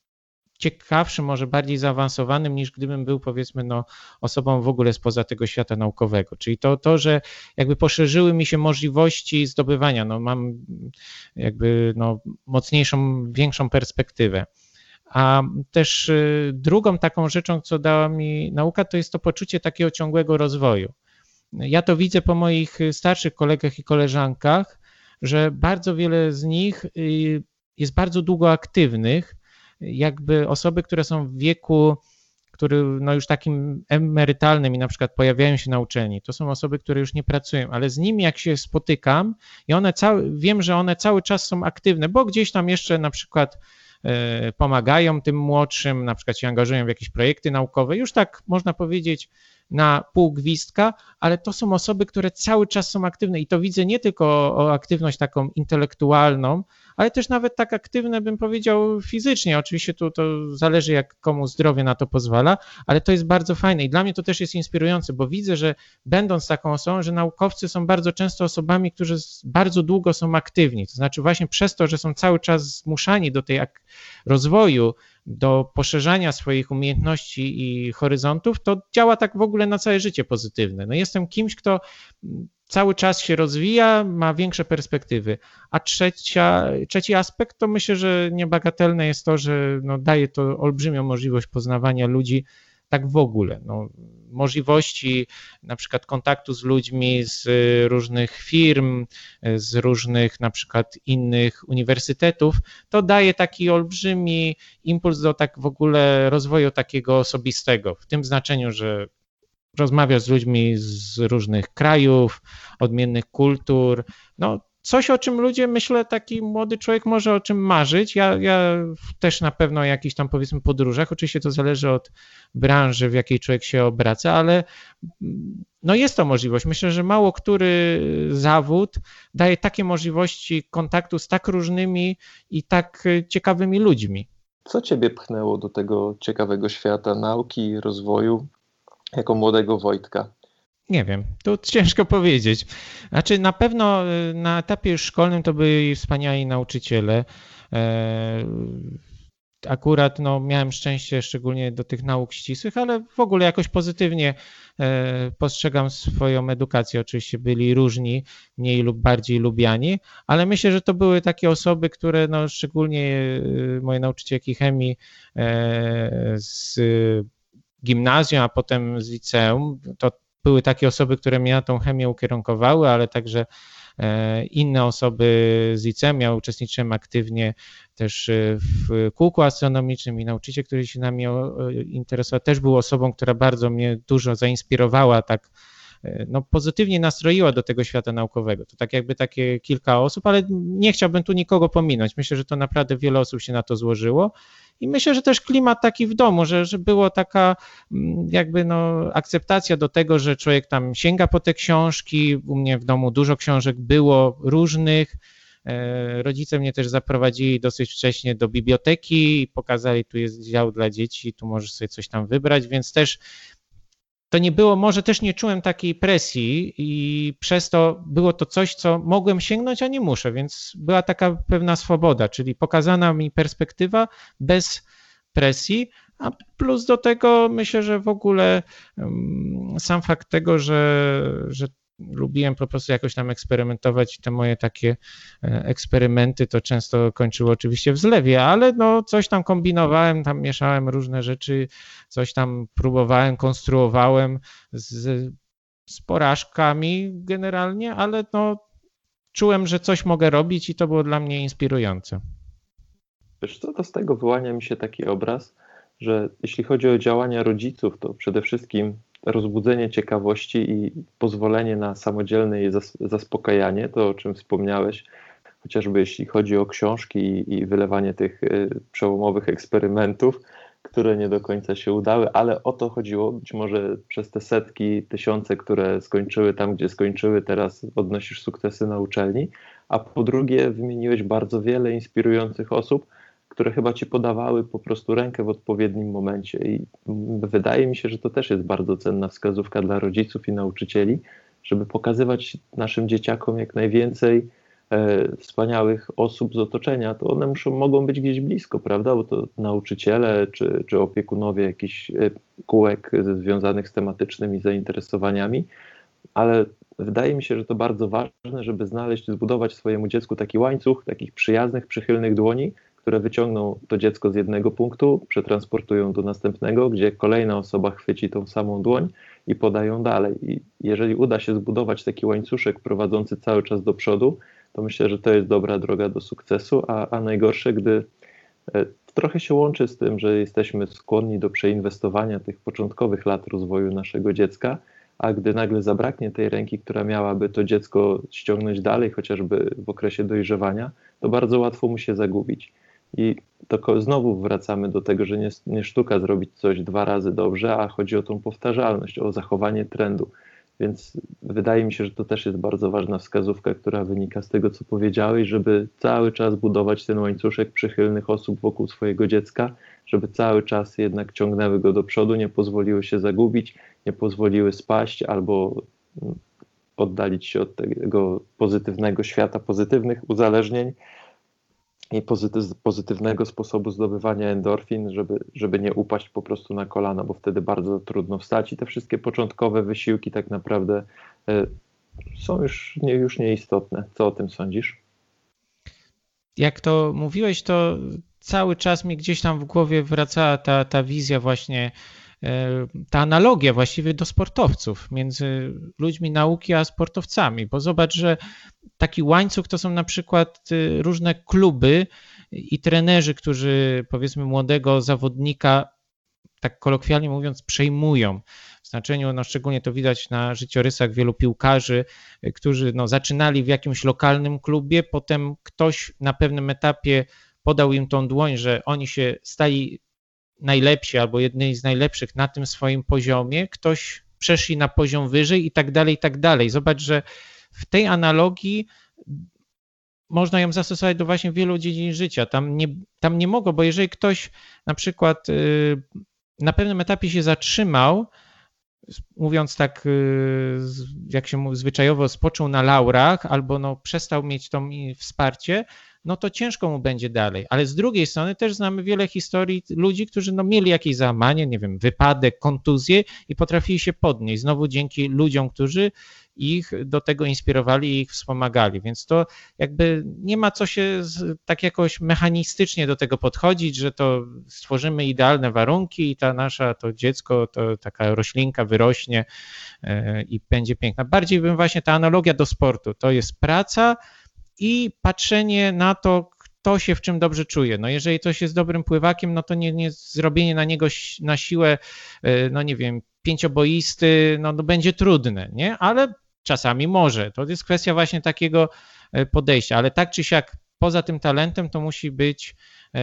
ciekawszym, może bardziej zaawansowanym, niż gdybym był, powiedzmy, osobą w ogóle spoza tego świata naukowego. Czyli to, że jakby poszerzyły mi się możliwości zdobywania, mam jakby mocniejszą, większą perspektywę. A też drugą taką rzeczą, co dała mi nauka, to jest to poczucie takiego ciągłego rozwoju. Ja to widzę po moich starszych kolegach i koleżankach, że bardzo wiele z nich jest bardzo długo aktywnych, jakby osoby, które są w wieku, który już takim emerytalnym i na przykład pojawiają się na uczelni, to są osoby, które już nie pracują, ale z nimi jak się spotykam i wiem, że one cały czas są aktywne, bo gdzieś tam jeszcze na przykład pomagają tym młodszym, na przykład się angażują w jakieś projekty naukowe, już tak można powiedzieć na pół gwizdka, ale to są osoby, które cały czas są aktywne i to widzę nie tylko o aktywność taką intelektualną, ale też nawet tak aktywne, bym powiedział, fizycznie. Oczywiście to zależy, jak komu zdrowie na to pozwala, ale to jest bardzo fajne i dla mnie to też jest inspirujące, bo widzę, że będąc taką osobą, że naukowcy są bardzo często osobami, którzy bardzo długo są aktywni, to znaczy właśnie przez to, że są cały czas zmuszani do tej rozwoju, do poszerzania swoich umiejętności i horyzontów, to działa tak w ogóle na całe życie pozytywne. Jestem kimś, kto cały czas się rozwija, ma większe perspektywy. A trzeci aspekt to myślę, że niebagatelne jest to, że daje to olbrzymią możliwość poznawania ludzi tak w ogóle. Możliwości na przykład kontaktu z ludźmi z różnych firm, z różnych na przykład innych uniwersytetów, to daje taki olbrzymi impuls do tak w ogóle rozwoju takiego osobistego, w tym znaczeniu, że rozmawiasz z ludźmi z różnych krajów, odmiennych kultur, coś, o czym ludzie, myślę, taki młody człowiek może o czym marzyć. Ja też na pewno o jakichś tam, powiedzmy, podróżach. Oczywiście to zależy od branży, w jakiej człowiek się obraca, ale jest to możliwość. Myślę, że mało który zawód daje takie możliwości kontaktu z tak różnymi i tak ciekawymi ludźmi. Co ciebie pchnęło do tego ciekawego świata nauki i rozwoju jako młodego Wojtka? Nie wiem, to ciężko powiedzieć. Znaczy na pewno na etapie już szkolnym to byli wspaniali nauczyciele. Akurat miałem szczęście szczególnie do tych nauk ścisłych, ale w ogóle jakoś pozytywnie postrzegam swoją edukację. Oczywiście byli różni, mniej lub bardziej lubiani, ale myślę, że to były takie osoby, które szczególnie moje nauczycielki chemii z gimnazjum, a potem z liceum, to były takie osoby, które mnie na tą chemię ukierunkowały, ale także inne osoby z liceum. Ja uczestniczyłem aktywnie też w kółku astronomicznym i nauczyciel, który się nami interesował, też był osobą, która bardzo mnie dużo zainspirowała, tak pozytywnie nastroiła do tego świata naukowego. To tak jakby takie kilka osób, ale nie chciałbym tu nikogo pominąć. Myślę, że to naprawdę wiele osób się na to złożyło. I myślę, że też klimat taki w domu, że było taka jakby akceptacja do tego, że człowiek tam sięga po te książki. U mnie w domu dużo książek było różnych, Rodzice mnie też zaprowadzili dosyć wcześnie do biblioteki i pokazali, tu jest dział dla dzieci, tu możesz sobie coś tam wybrać, więc też to nie było, może też nie czułem takiej presji i przez to było to coś, co mogłem sięgnąć, a nie muszę, więc była taka pewna swoboda, czyli pokazana mi perspektywa bez presji, a plus do tego myślę, że w ogóle sam fakt tego, że lubiłem po prostu jakoś tam eksperymentować i te moje takie eksperymenty to często kończyło oczywiście w zlewie, ale no coś tam kombinowałem, tam mieszałem różne rzeczy, coś tam próbowałem, konstruowałem z porażkami generalnie, ale no czułem, że coś mogę robić i to było dla mnie inspirujące. Wiesz co, to z tego wyłania mi się taki obraz, że jeśli chodzi o działania rodziców, to przede wszystkim rozbudzenie ciekawości i pozwolenie na samodzielne jej zaspokajanie, to o czym wspomniałeś, chociażby jeśli chodzi o książki i wylewanie tych przełomowych eksperymentów, które nie do końca się udały, ale o to chodziło, być może przez te setki, tysiące, które skończyły tam, gdzie skończyły, teraz odnosisz sukcesy na uczelni, a po drugie wymieniłeś bardzo wiele inspirujących osób, które chyba ci podawały po prostu rękę w odpowiednim momencie i wydaje mi się, że to też jest bardzo cenna wskazówka dla rodziców i nauczycieli, żeby pokazywać naszym dzieciakom jak najwięcej wspaniałych osób z otoczenia, to one mogą być gdzieś blisko, prawda, bo to nauczyciele czy opiekunowie jakichś kółek związanych z tematycznymi zainteresowaniami, ale wydaje mi się, że to bardzo ważne, żeby zbudować swojemu dziecku taki łańcuch takich przyjaznych, przychylnych dłoni, które wyciągną to dziecko z jednego punktu, przetransportują do następnego, gdzie kolejna osoba chwyci tą samą dłoń i podają dalej. I jeżeli uda się zbudować taki łańcuszek prowadzący cały czas do przodu, to myślę, że to jest dobra droga do sukcesu, a najgorsze, gdy trochę się łączy z tym, że jesteśmy skłonni do przeinwestowania tych początkowych lat rozwoju naszego dziecka, a gdy nagle zabraknie tej ręki, która miałaby to dziecko ściągnąć dalej, chociażby w okresie dojrzewania, to bardzo łatwo mu się zagubić. I to znowu wracamy do tego, że nie sztuka zrobić coś 2 razy dobrze, a chodzi o tą powtarzalność, o zachowanie trendu. Więc wydaje mi się, że to też jest bardzo ważna wskazówka, która wynika z tego, co powiedziałeś, żeby cały czas budować ten łańcuszek przychylnych osób wokół swojego dziecka, żeby cały czas jednak ciągnęły go do przodu, nie pozwoliły się zagubić, nie pozwoliły spaść albo oddalić się od tego pozytywnego świata, pozytywnych uzależnień i pozytywnego sposobu zdobywania endorfin, żeby nie upaść po prostu na kolana, bo wtedy bardzo trudno wstać i te wszystkie początkowe wysiłki tak naprawdę są już nieistotne. Co o tym sądzisz? Jak to mówiłeś, to cały czas mi gdzieś tam w głowie wracała ta wizja właśnie, ta analogia właściwie do sportowców, między ludźmi nauki a sportowcami, bo zobacz, że taki łańcuch to są na przykład różne kluby i trenerzy, którzy powiedzmy młodego zawodnika, tak kolokwialnie mówiąc, przejmują. W znaczeniu, no szczególnie to widać na życiorysach wielu piłkarzy, którzy zaczynali w jakimś lokalnym klubie, potem ktoś na pewnym etapie podał im tą dłoń, że oni się stali najlepsi albo jedni z najlepszych na tym swoim poziomie, ktoś przeszli na poziom wyżej i tak dalej, i tak dalej. Zobacz, że w tej analogii można ją zastosować do właśnie wielu dziedzin życia. Tam nie mogło, bo jeżeli ktoś na przykład na pewnym etapie się zatrzymał, mówiąc tak, jak się mówi zwyczajowo, spoczął na laurach albo przestał mieć to wsparcie, no to ciężko mu będzie dalej. Ale z drugiej strony też znamy wiele historii ludzi, którzy mieli jakieś załamanie, nie wiem, wypadek, kontuzję i potrafili się podnieść. Znowu dzięki ludziom, którzy ich do tego inspirowali i ich wspomagali. Więc to jakby nie ma co się tak jakoś mechanistycznie do tego podchodzić, że to stworzymy idealne warunki i to dziecko, to taka roślinka wyrośnie i będzie piękna. Bardziej bym właśnie ta analogia do sportu, to jest praca i patrzenie na to, kto się w czym dobrze czuje. No jeżeli ktoś jest dobrym pływakiem, no to nie zrobienie na niego na siłę, no nie wiem, pięcioboisty, no będzie trudne, nie? Ale czasami może. To jest kwestia właśnie takiego podejścia, ale tak czy siak poza tym talentem to musi być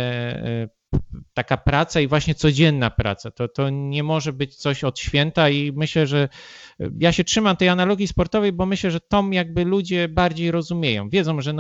taka praca i właśnie codzienna praca. To nie może być coś od święta i myślę, że ja się trzymam tej analogii sportowej, bo myślę, że tą jakby ludzie bardziej rozumieją. Wiedzą, że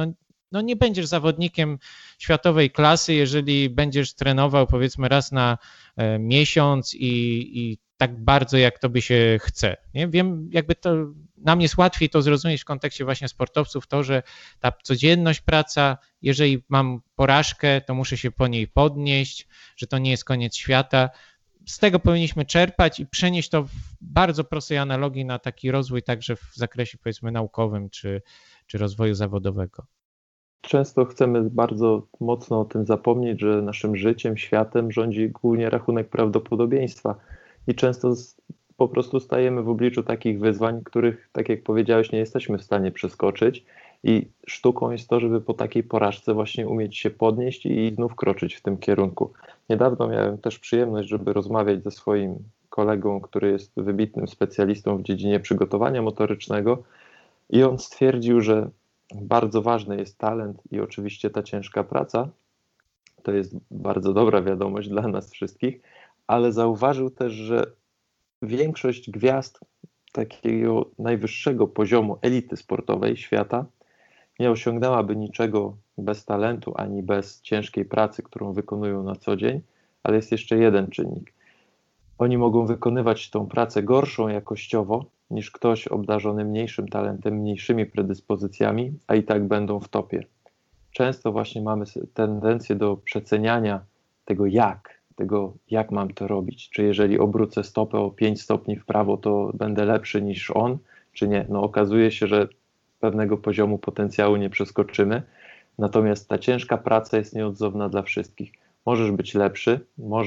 no nie będziesz zawodnikiem światowej klasy, jeżeli będziesz trenował powiedzmy raz na miesiąc i tak bardzo, jak tobie się chce. Nie? Wiem, jakby to nam jest łatwiej to zrozumieć w kontekście właśnie sportowców, to, że ta codzienność, praca, jeżeli mam porażkę, to muszę się po niej podnieść, że to nie jest koniec świata. Z tego powinniśmy czerpać i przenieść to w bardzo prostej analogii na taki rozwój także w zakresie powiedzmy naukowym czy rozwoju zawodowego. Często chcemy bardzo mocno o tym zapomnieć, że naszym życiem, światem rządzi głównie rachunek prawdopodobieństwa i często po prostu stajemy w obliczu takich wyzwań, których, tak jak powiedziałeś, nie jesteśmy w stanie przeskoczyć i sztuką jest to, żeby po takiej porażce właśnie umieć się podnieść i znów kroczyć w tym kierunku. Niedawno miałem też przyjemność, żeby rozmawiać ze swoim kolegą, który jest wybitnym specjalistą w dziedzinie przygotowania motorycznego i on stwierdził, że bardzo ważny jest talent i oczywiście ta ciężka praca. To jest bardzo dobra wiadomość dla nas wszystkich, ale zauważył też, że większość gwiazd takiego najwyższego poziomu elity sportowej świata nie osiągnęłaby niczego bez talentu ani bez ciężkiej pracy, którą wykonują na co dzień, ale jest jeszcze jeden czynnik. Oni mogą wykonywać tą pracę gorszą jakościowo niż ktoś obdarzony mniejszym talentem, mniejszymi predyspozycjami, a i tak będą w topie. Często właśnie mamy tendencję do przeceniania tego jak mam to robić. Czy jeżeli obrócę stopę o 5 stopni w prawo, to będę lepszy niż on, czy nie. No okazuje się, że pewnego poziomu potencjału nie przeskoczymy, natomiast ta ciężka praca jest nieodzowna dla wszystkich. Możesz być lepszy,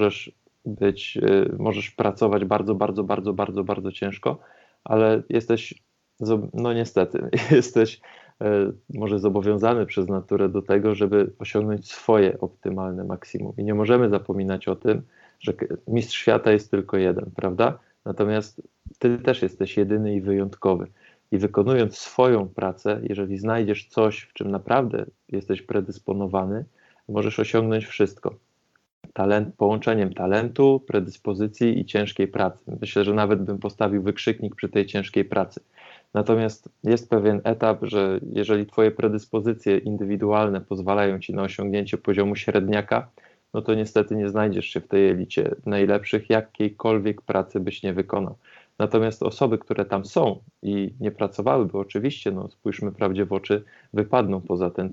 możesz pracować bardzo ciężko, ale jesteś, no niestety, jesteś może zobowiązany przez naturę do tego, żeby osiągnąć swoje optymalne maksimum. I nie możemy zapominać o tym, że mistrz świata jest tylko jeden, prawda? Natomiast ty też jesteś jedyny i wyjątkowy. I wykonując swoją pracę, jeżeli znajdziesz coś, w czym naprawdę jesteś predysponowany, możesz osiągnąć wszystko. Połączeniem talentu, predyspozycji i ciężkiej pracy. Myślę, że nawet bym postawił wykrzyknik przy tej ciężkiej pracy. Natomiast jest pewien etap, że jeżeli twoje predyspozycje indywidualne pozwalają ci na osiągnięcie poziomu średniaka, no to niestety nie znajdziesz się w tej elicie najlepszych, jakiejkolwiek pracy byś nie wykonał. Natomiast osoby, które tam są i nie pracowałyby, oczywiście, no spójrzmy prawdzie w oczy, wypadną poza ten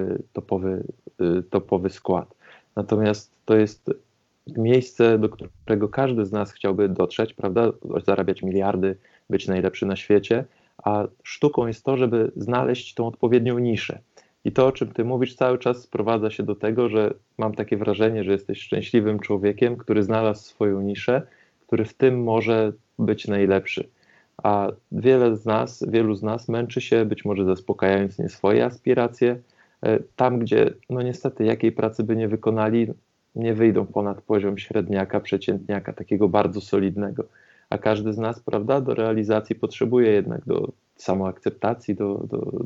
topowy skład. Natomiast to jest miejsce, do którego każdy z nas chciałby dotrzeć, prawda? Zarabiać miliardy, być najlepszy na świecie, a sztuką jest to, żeby znaleźć tą odpowiednią niszę. I to, o czym ty mówisz, cały czas sprowadza się do tego, że mam takie wrażenie, że jesteś szczęśliwym człowiekiem, który znalazł swoją niszę, który w tym może być najlepszy. A wielu z nas męczy się, być może zaspokajając nie swoje aspiracje, tam, gdzie no niestety jakiej pracy by nie wykonali, nie wyjdą ponad poziom średniaka, przeciętniaka, takiego bardzo solidnego. A każdy z nas, prawda, do realizacji potrzebuje jednak do samoakceptacji, do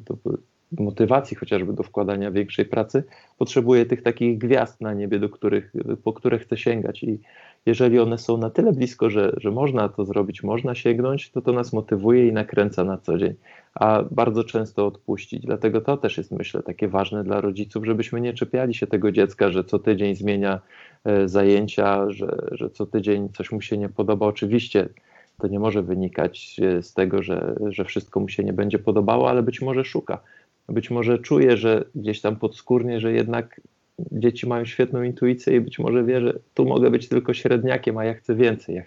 motywacji chociażby do wkładania większej pracy, potrzebuje tych takich gwiazd na niebie, po które chce sięgać. I jeżeli one są na tyle blisko, że można to zrobić, można sięgnąć, to nas motywuje i nakręca na co dzień, a bardzo często odpuścić. Dlatego to też jest, myślę, takie ważne dla rodziców, żebyśmy nie czepiali się tego dziecka, że co tydzień zmienia zajęcia, że co tydzień coś mu się nie podoba. Oczywiście to nie może wynikać z tego, że wszystko mu się nie będzie podobało, ale być może szuka. Być może czuje, że gdzieś tam podskórnie, że jednak dzieci mają świetną intuicję i być może wie, że tu mogę być tylko średniakiem, a ja chcę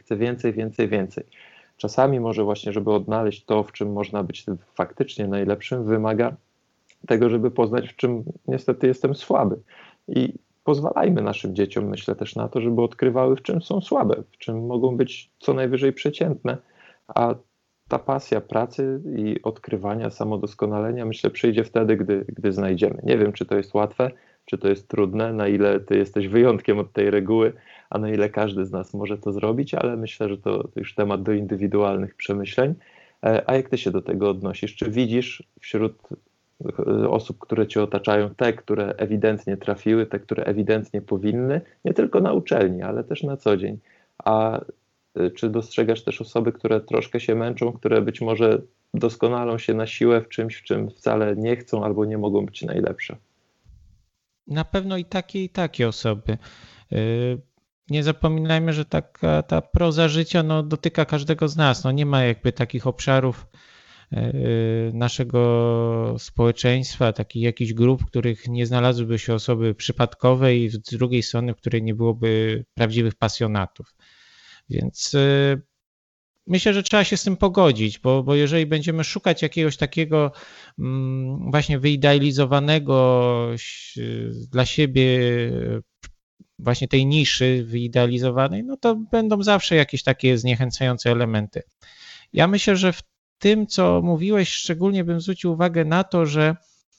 więcej. Czasami może właśnie, żeby odnaleźć to, w czym można być faktycznie najlepszym, wymaga tego, żeby poznać, w czym niestety jestem słaby. I pozwalajmy naszym dzieciom, myślę też na to, żeby odkrywały, w czym są słabe, w czym mogą być co najwyżej przeciętne, a ta pasja pracy i odkrywania, samodoskonalenia, myślę, przyjdzie wtedy, gdy znajdziemy. Nie wiem, czy to jest łatwe, czy to jest trudne, na ile ty jesteś wyjątkiem od tej reguły, a na ile każdy z nas może to zrobić, ale myślę, że to już temat do indywidualnych przemyśleń. A jak ty się do tego odnosisz? Czy widzisz wśród osób, które cię otaczają, te, które ewidentnie trafiły, te, które ewidentnie powinny, nie tylko na uczelni, ale też na co dzień, a czy dostrzegasz też osoby, które troszkę się męczą, które być może doskonalą się na siłę w czymś, w czym wcale nie chcą albo nie mogą być najlepsze? Na pewno i takie osoby. Nie zapominajmy, że ta proza życia no, dotyka każdego z nas. No, nie ma jakby takich obszarów naszego społeczeństwa, takich jakichś grup, w których nie znalazłyby się osoby przypadkowe i z drugiej strony, w której nie byłoby prawdziwych pasjonatów. Więc myślę, że trzeba się z tym pogodzić, bo jeżeli będziemy szukać jakiegoś takiego właśnie wyidealizowanego dla siebie właśnie tej niszy wyidealizowanej, no to będą zawsze jakieś takie zniechęcające elementy. Ja myślę, że w tym, co mówiłeś, szczególnie bym zwrócił uwagę na to, że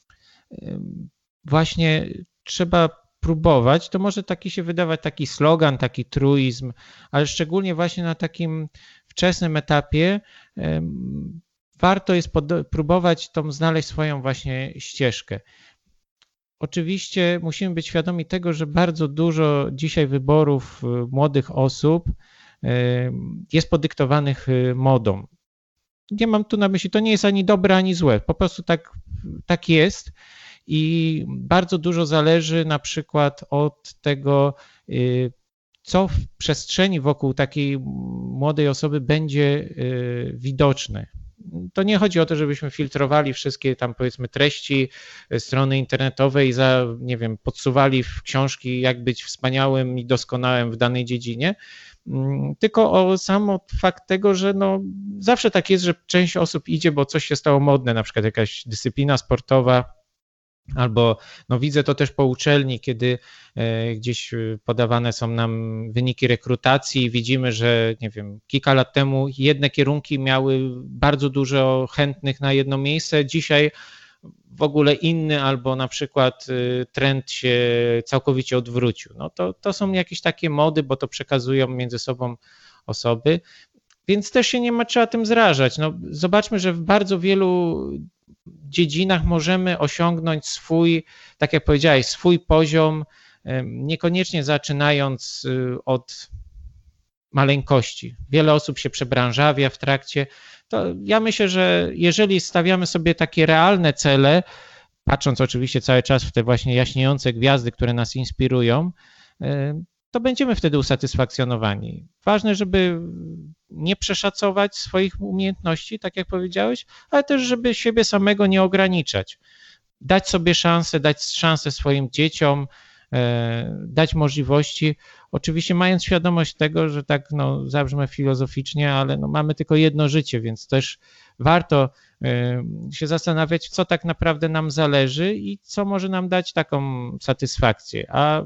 właśnie trzeba próbować, to może taki się wydawać taki slogan, taki truizm, ale szczególnie właśnie na takim wczesnym etapie warto jest próbować znaleźć swoją właśnie ścieżkę. Oczywiście musimy być świadomi tego, że bardzo dużo dzisiaj wyborów młodych osób jest podyktowanych modą. Nie mam tu na myśli, to nie jest ani dobre, ani złe, po prostu tak jest i bardzo dużo zależy na przykład od tego, co w przestrzeni wokół takiej młodej osoby będzie widoczne. To nie chodzi o to, żebyśmy filtrowali wszystkie tam powiedzmy treści strony internetowej, nie wiem, podsuwali w książki, jak być wspaniałym i doskonałym w danej dziedzinie, tylko o sam fakt tego, że no zawsze tak jest, że część osób idzie, bo coś się stało modne, na przykład jakaś dyscyplina sportowa, albo no widzę to też po uczelni, kiedy gdzieś podawane są nam wyniki rekrutacji i widzimy, że nie wiem, kilka lat temu jedne kierunki miały bardzo dużo chętnych na jedno miejsce, dzisiaj w ogóle inny albo na przykład trend się całkowicie odwrócił. No to są jakieś takie mody, bo to przekazują między sobą osoby, więc też się nie trzeba tym zrażać. No, zobaczmy, że w bardzo wielu dziedzinach możemy osiągnąć swój, tak jak powiedziałeś, swój poziom, niekoniecznie zaczynając od maleńkości. Wiele osób się przebranżawia w trakcie. To ja myślę, że jeżeli stawiamy sobie takie realne cele, patrząc oczywiście cały czas w te właśnie jaśniejące gwiazdy, które nas inspirują, to będziemy wtedy usatysfakcjonowani. Ważne, żeby nie przeszacować swoich umiejętności, tak jak powiedziałeś, ale też, żeby siebie samego nie ograniczać. Dać sobie szansę, dać szansę swoim dzieciom, dać możliwości, oczywiście mając świadomość tego, że tak no, zabrzmę filozoficznie, ale no, mamy tylko jedno życie, więc też warto się zastanawiać, co tak naprawdę nam zależy i co może nam dać taką satysfakcję. A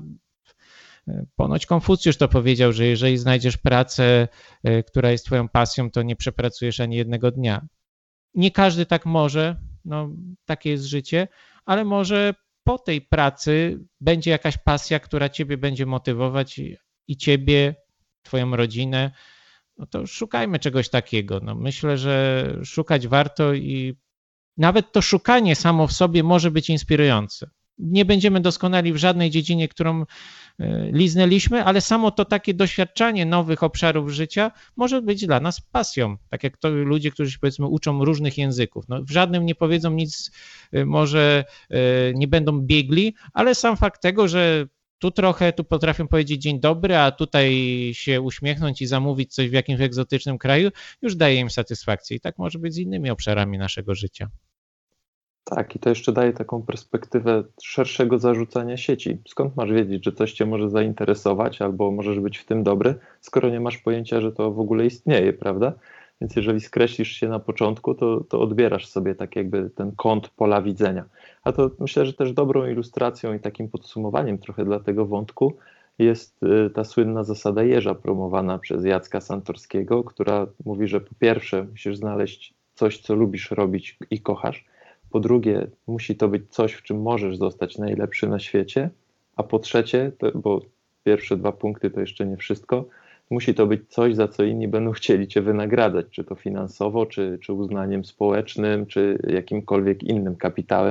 ponoć Konfucjusz to powiedział, że jeżeli znajdziesz pracę, która jest twoją pasją, to nie przepracujesz ani jednego dnia. Nie każdy tak może, no, takie jest życie, ale może po tej pracy będzie jakaś pasja, która ciebie będzie motywować i ciebie, twoją rodzinę. No to szukajmy czegoś takiego. No myślę, że szukać warto i nawet to szukanie samo w sobie może być inspirujące. Nie będziemy doskonali w żadnej dziedzinie, którą liznęliśmy, ale samo to takie doświadczanie nowych obszarów życia może być dla nas pasją. Tak jak to ludzie, którzy się powiedzmy uczą różnych języków. No, w żadnym nie powiedzą nic, może nie będą biegli, ale sam fakt tego, że tu potrafią powiedzieć dzień dobry, a tutaj się uśmiechnąć i zamówić coś w jakimś egzotycznym kraju, już daje im satysfakcję. I tak może być z innymi obszarami naszego życia. Tak, i to jeszcze daje taką perspektywę szerszego zarzucania sieci. Skąd masz wiedzieć, że coś cię może zainteresować albo możesz być w tym dobry, skoro nie masz pojęcia, że to w ogóle istnieje, prawda? Więc jeżeli skreślisz się na początku, to odbierasz sobie tak jakby ten kąt pola widzenia. A to myślę, że też dobrą ilustracją i takim podsumowaniem trochę dla tego wątku jest ta słynna zasada jeża promowana przez Jacka Santorskiego, która mówi, że po pierwsze musisz znaleźć coś, co lubisz robić i kochasz. Po drugie, musi to być coś, w czym możesz zostać najlepszy na świecie, a po trzecie, bo pierwsze dwa punkty to jeszcze nie wszystko, musi to być coś, za co inni będą chcieli cię wynagradzać, czy to finansowo, czy uznaniem społecznym, czy jakimkolwiek innym kapitałem,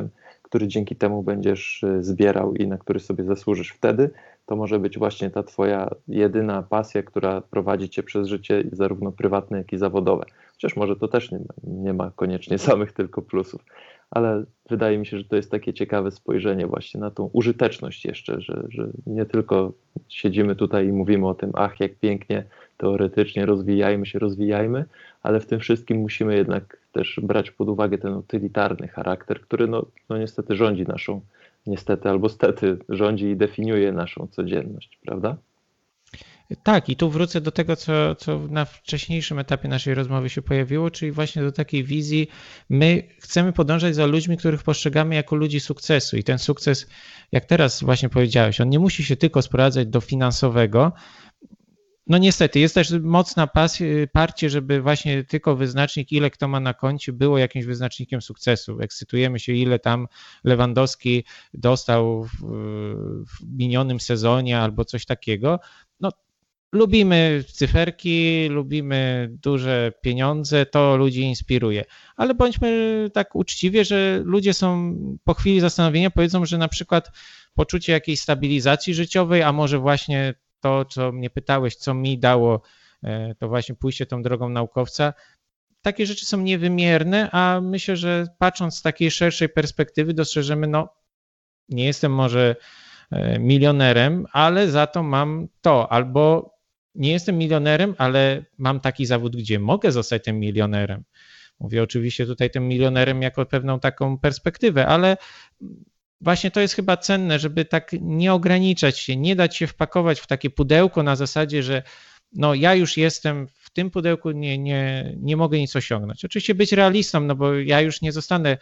który dzięki temu będziesz zbierał i na który sobie zasłużysz wtedy, to może być właśnie ta twoja jedyna pasja, która prowadzi cię przez życie zarówno prywatne, jak i zawodowe. Chociaż może to też nie ma koniecznie samych tylko plusów, ale wydaje mi się, że to jest takie ciekawe spojrzenie właśnie na tą użyteczność jeszcze, że nie tylko siedzimy tutaj i mówimy o tym, ach, jak pięknie, teoretycznie rozwijajmy, ale w tym wszystkim musimy jednak też brać pod uwagę ten utylitarny charakter, który no niestety rządzi naszą, niestety albo stety rządzi i definiuje naszą codzienność, prawda? Tak, i tu wrócę do tego, co na wcześniejszym etapie naszej rozmowy się pojawiło, czyli właśnie do takiej wizji, my chcemy podążać za ludźmi, których postrzegamy jako ludzi sukcesu i ten sukces, jak teraz właśnie powiedziałeś, on nie musi się tylko sprowadzać do finansowego. No niestety, jest też mocna parcie, żeby właśnie tylko wyznacznik, ile kto ma na koncie, było jakimś wyznacznikiem sukcesu. Ekscytujemy się, ile tam Lewandowski dostał w minionym sezonie albo coś takiego. No, lubimy cyferki, lubimy duże pieniądze, to ludzi inspiruje. Ale bądźmy tak uczciwie, że ludzie są po chwili zastanowienia powiedzą, że na przykład poczucie jakiejś stabilizacji życiowej, a może właśnie to, co mnie pytałeś, co mi dało, to właśnie pójście tą drogą naukowca. Takie rzeczy są niewymierne, a myślę, że patrząc z takiej szerszej perspektywy dostrzeżemy, no nie jestem może milionerem, ale za to mam to, albo nie jestem milionerem, ale mam taki zawód, gdzie mogę zostać tym milionerem. Mówię oczywiście tutaj tym milionerem jako pewną taką perspektywę, ale właśnie to jest chyba cenne, żeby tak nie ograniczać się, nie dać się wpakować w takie pudełko na zasadzie, że no ja już jestem w tym pudełku, nie mogę nic osiągnąć. Oczywiście być realistą, no bo ja już nie zostanę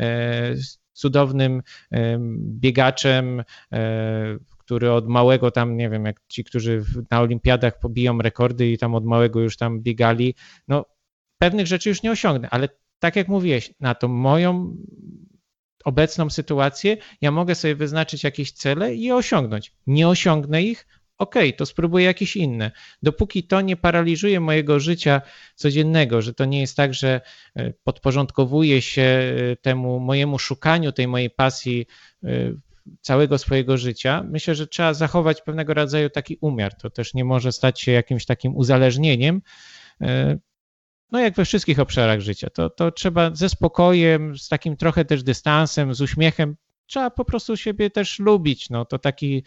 cudownym biegaczem, który od małego tam, nie wiem, jak ci, którzy na olimpiadach pobiją rekordy i tam od małego już tam biegali, no pewnych rzeczy już nie osiągnę, ale tak jak mówiłeś, na tą moją obecną sytuację, ja mogę sobie wyznaczyć jakieś cele i je osiągnąć. Nie osiągnę ich, okej, to spróbuję jakieś inne. Dopóki to nie paraliżuje mojego życia codziennego, że to nie jest tak, że podporządkowuję się temu mojemu szukaniu tej mojej pasji całego swojego życia, myślę, że trzeba zachować pewnego rodzaju taki umiar. To też nie może stać się jakimś takim uzależnieniem, no jak we wszystkich obszarach życia, to trzeba ze spokojem, z takim trochę też dystansem, z uśmiechem, trzeba po prostu siebie też lubić. No to taki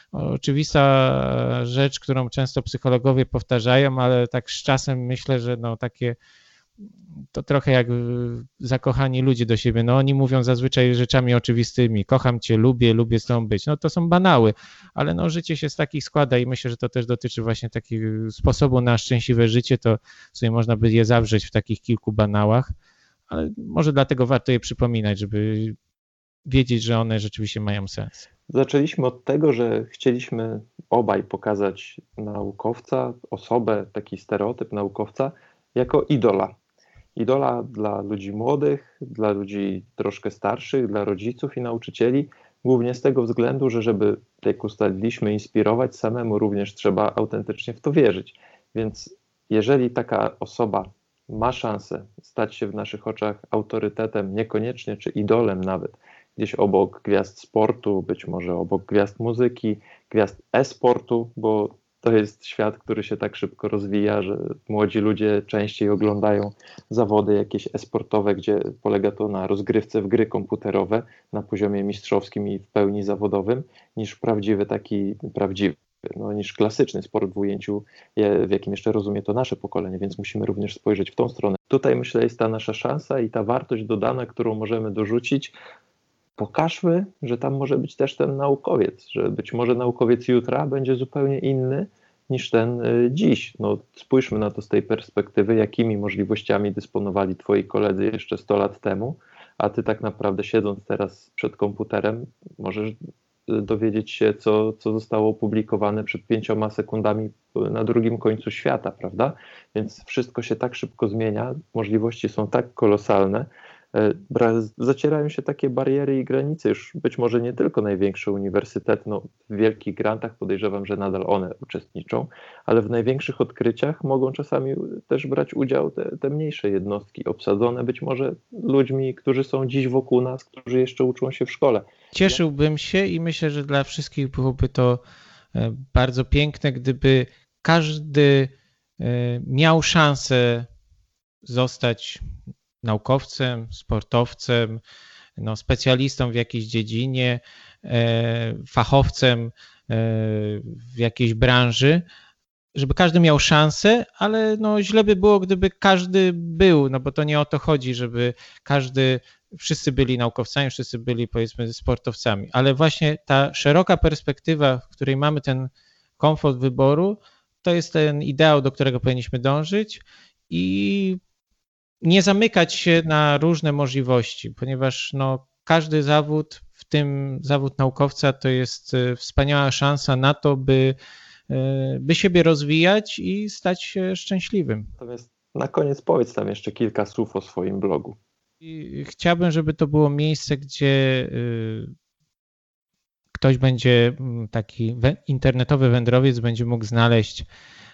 oczywista rzecz, którą często psychologowie powtarzają, ale tak z czasem myślę, że no takie to trochę jak zakochani ludzie do siebie. No oni mówią zazwyczaj rzeczami oczywistymi. Kocham cię, lubię z tobą być. No to są banały, ale no życie się z takich składa i myślę, że to też dotyczy właśnie takiego sposobu na szczęśliwe życie. To w sumie można by je zawrzeć w takich kilku banałach, ale może dlatego warto je przypominać, żeby wiedzieć, że one rzeczywiście mają sens. Zaczęliśmy od tego, że chcieliśmy obaj pokazać naukowca, osobę, taki stereotyp naukowca, jako idola. Idola dla ludzi młodych, dla ludzi troszkę starszych, dla rodziców i nauczycieli, głównie z tego względu, że żeby, jak ustaliliśmy, inspirować samemu, również trzeba autentycznie w to wierzyć. Więc jeżeli taka osoba ma szansę stać się w naszych oczach autorytetem, niekoniecznie czy idolem nawet, gdzieś obok gwiazd sportu, być może obok gwiazd muzyki, gwiazd e-sportu, bo to jest świat, który się tak szybko rozwija, że młodzi ludzie częściej oglądają zawody jakieś e-sportowe, gdzie polega to na rozgrywce w gry komputerowe na poziomie mistrzowskim i w pełni zawodowym, niż niż klasyczny sport w ujęciu, w jakim jeszcze rozumie to nasze pokolenie, więc musimy również spojrzeć w tą stronę. Tutaj myślę jest ta nasza szansa i ta wartość dodana, którą możemy dorzucić. Pokażmy, że tam może być też ten naukowiec, że być może naukowiec jutra będzie zupełnie inny niż ten dziś. No, spójrzmy na to z tej perspektywy, jakimi możliwościami dysponowali twoi koledzy jeszcze 100 lat temu, a ty tak naprawdę siedząc teraz przed komputerem możesz dowiedzieć się, co zostało opublikowane przed 5 sekundami na drugim końcu świata, prawda? Więc wszystko się tak szybko zmienia, możliwości są tak kolosalne, zacierają się takie bariery i granice, już być może nie tylko największe uniwersytety, w wielkich grantach podejrzewam, że nadal one uczestniczą, ale w największych odkryciach mogą czasami też brać udział te mniejsze jednostki, obsadzone być może ludźmi, którzy są dziś wokół nas, którzy jeszcze uczą się w szkole. Cieszyłbym się i myślę, że dla wszystkich byłoby to bardzo piękne, gdyby każdy miał szansę zostać naukowcem, sportowcem, specjalistą w jakiejś dziedzinie, fachowcem w jakiejś branży, żeby każdy miał szansę, ale źle by było, gdyby każdy był, bo to nie o to chodzi, żeby wszyscy byli naukowcami, wszyscy byli powiedzmy sportowcami, ale właśnie ta szeroka perspektywa, w której mamy ten komfort wyboru, to jest ten ideał, do którego powinniśmy dążyć i nie zamykać się na różne możliwości, ponieważ każdy zawód, w tym zawód naukowca, to jest wspaniała szansa na to, by siebie rozwijać i stać się szczęśliwym. Natomiast na koniec powiedz tam jeszcze kilka słów o swoim blogu. Chciałbym, żeby to było miejsce, gdzie ktoś będzie, taki internetowy wędrowiec, będzie mógł znaleźć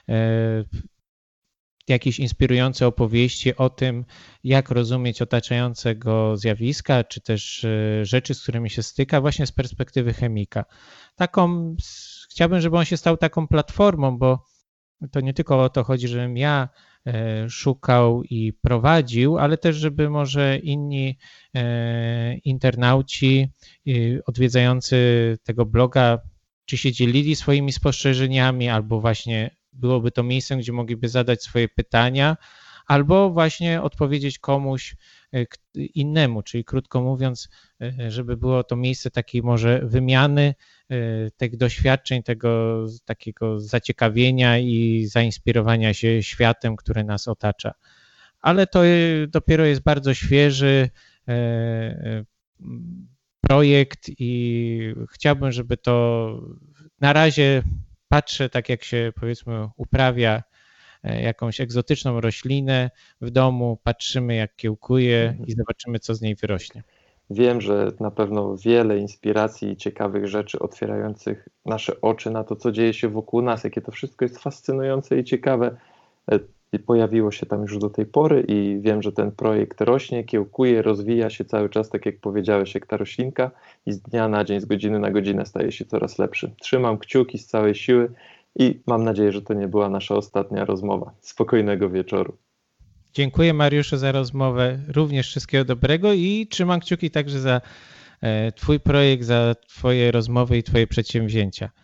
jakieś inspirujące opowieści o tym, jak rozumieć otaczające go zjawiska, czy też rzeczy, z którymi się styka, właśnie z perspektywy chemika. Chciałbym, żeby on się stał taką platformą, bo to nie tylko o to chodzi, żebym ja szukał i prowadził, ale też, żeby może inni internauci odwiedzający tego bloga, czy się dzielili swoimi spostrzeżeniami, albo właśnie byłoby to miejscem, gdzie mogliby zadać swoje pytania, albo właśnie odpowiedzieć komuś innemu, czyli krótko mówiąc, żeby było to miejsce takiej może wymiany tych doświadczeń, tego takiego zaciekawienia i zainspirowania się światem, który nas otacza. Ale to dopiero jest bardzo świeży projekt i chciałbym, żeby to na razie patrzę, tak jak się powiedzmy uprawia jakąś egzotyczną roślinę w domu, patrzymy jak kiełkuje i zobaczymy, co z niej wyrośnie. Wiem, że na pewno wiele inspiracji i ciekawych rzeczy otwierających nasze oczy na to, co dzieje się wokół nas, jakie to wszystko jest fascynujące i ciekawe, i pojawiło się tam już do tej pory i wiem, że ten projekt rośnie, kiełkuje, rozwija się cały czas, tak jak powiedziałeś, jak ta roślinka i z dnia na dzień, z godziny na godzinę staje się coraz lepszy. Trzymam kciuki z całej siły i mam nadzieję, że to nie była nasza ostatnia rozmowa. Spokojnego wieczoru. Dziękuję Mariuszu za rozmowę, również wszystkiego dobrego i trzymam kciuki także za Twój projekt, za Twoje rozmowy i Twoje przedsięwzięcia.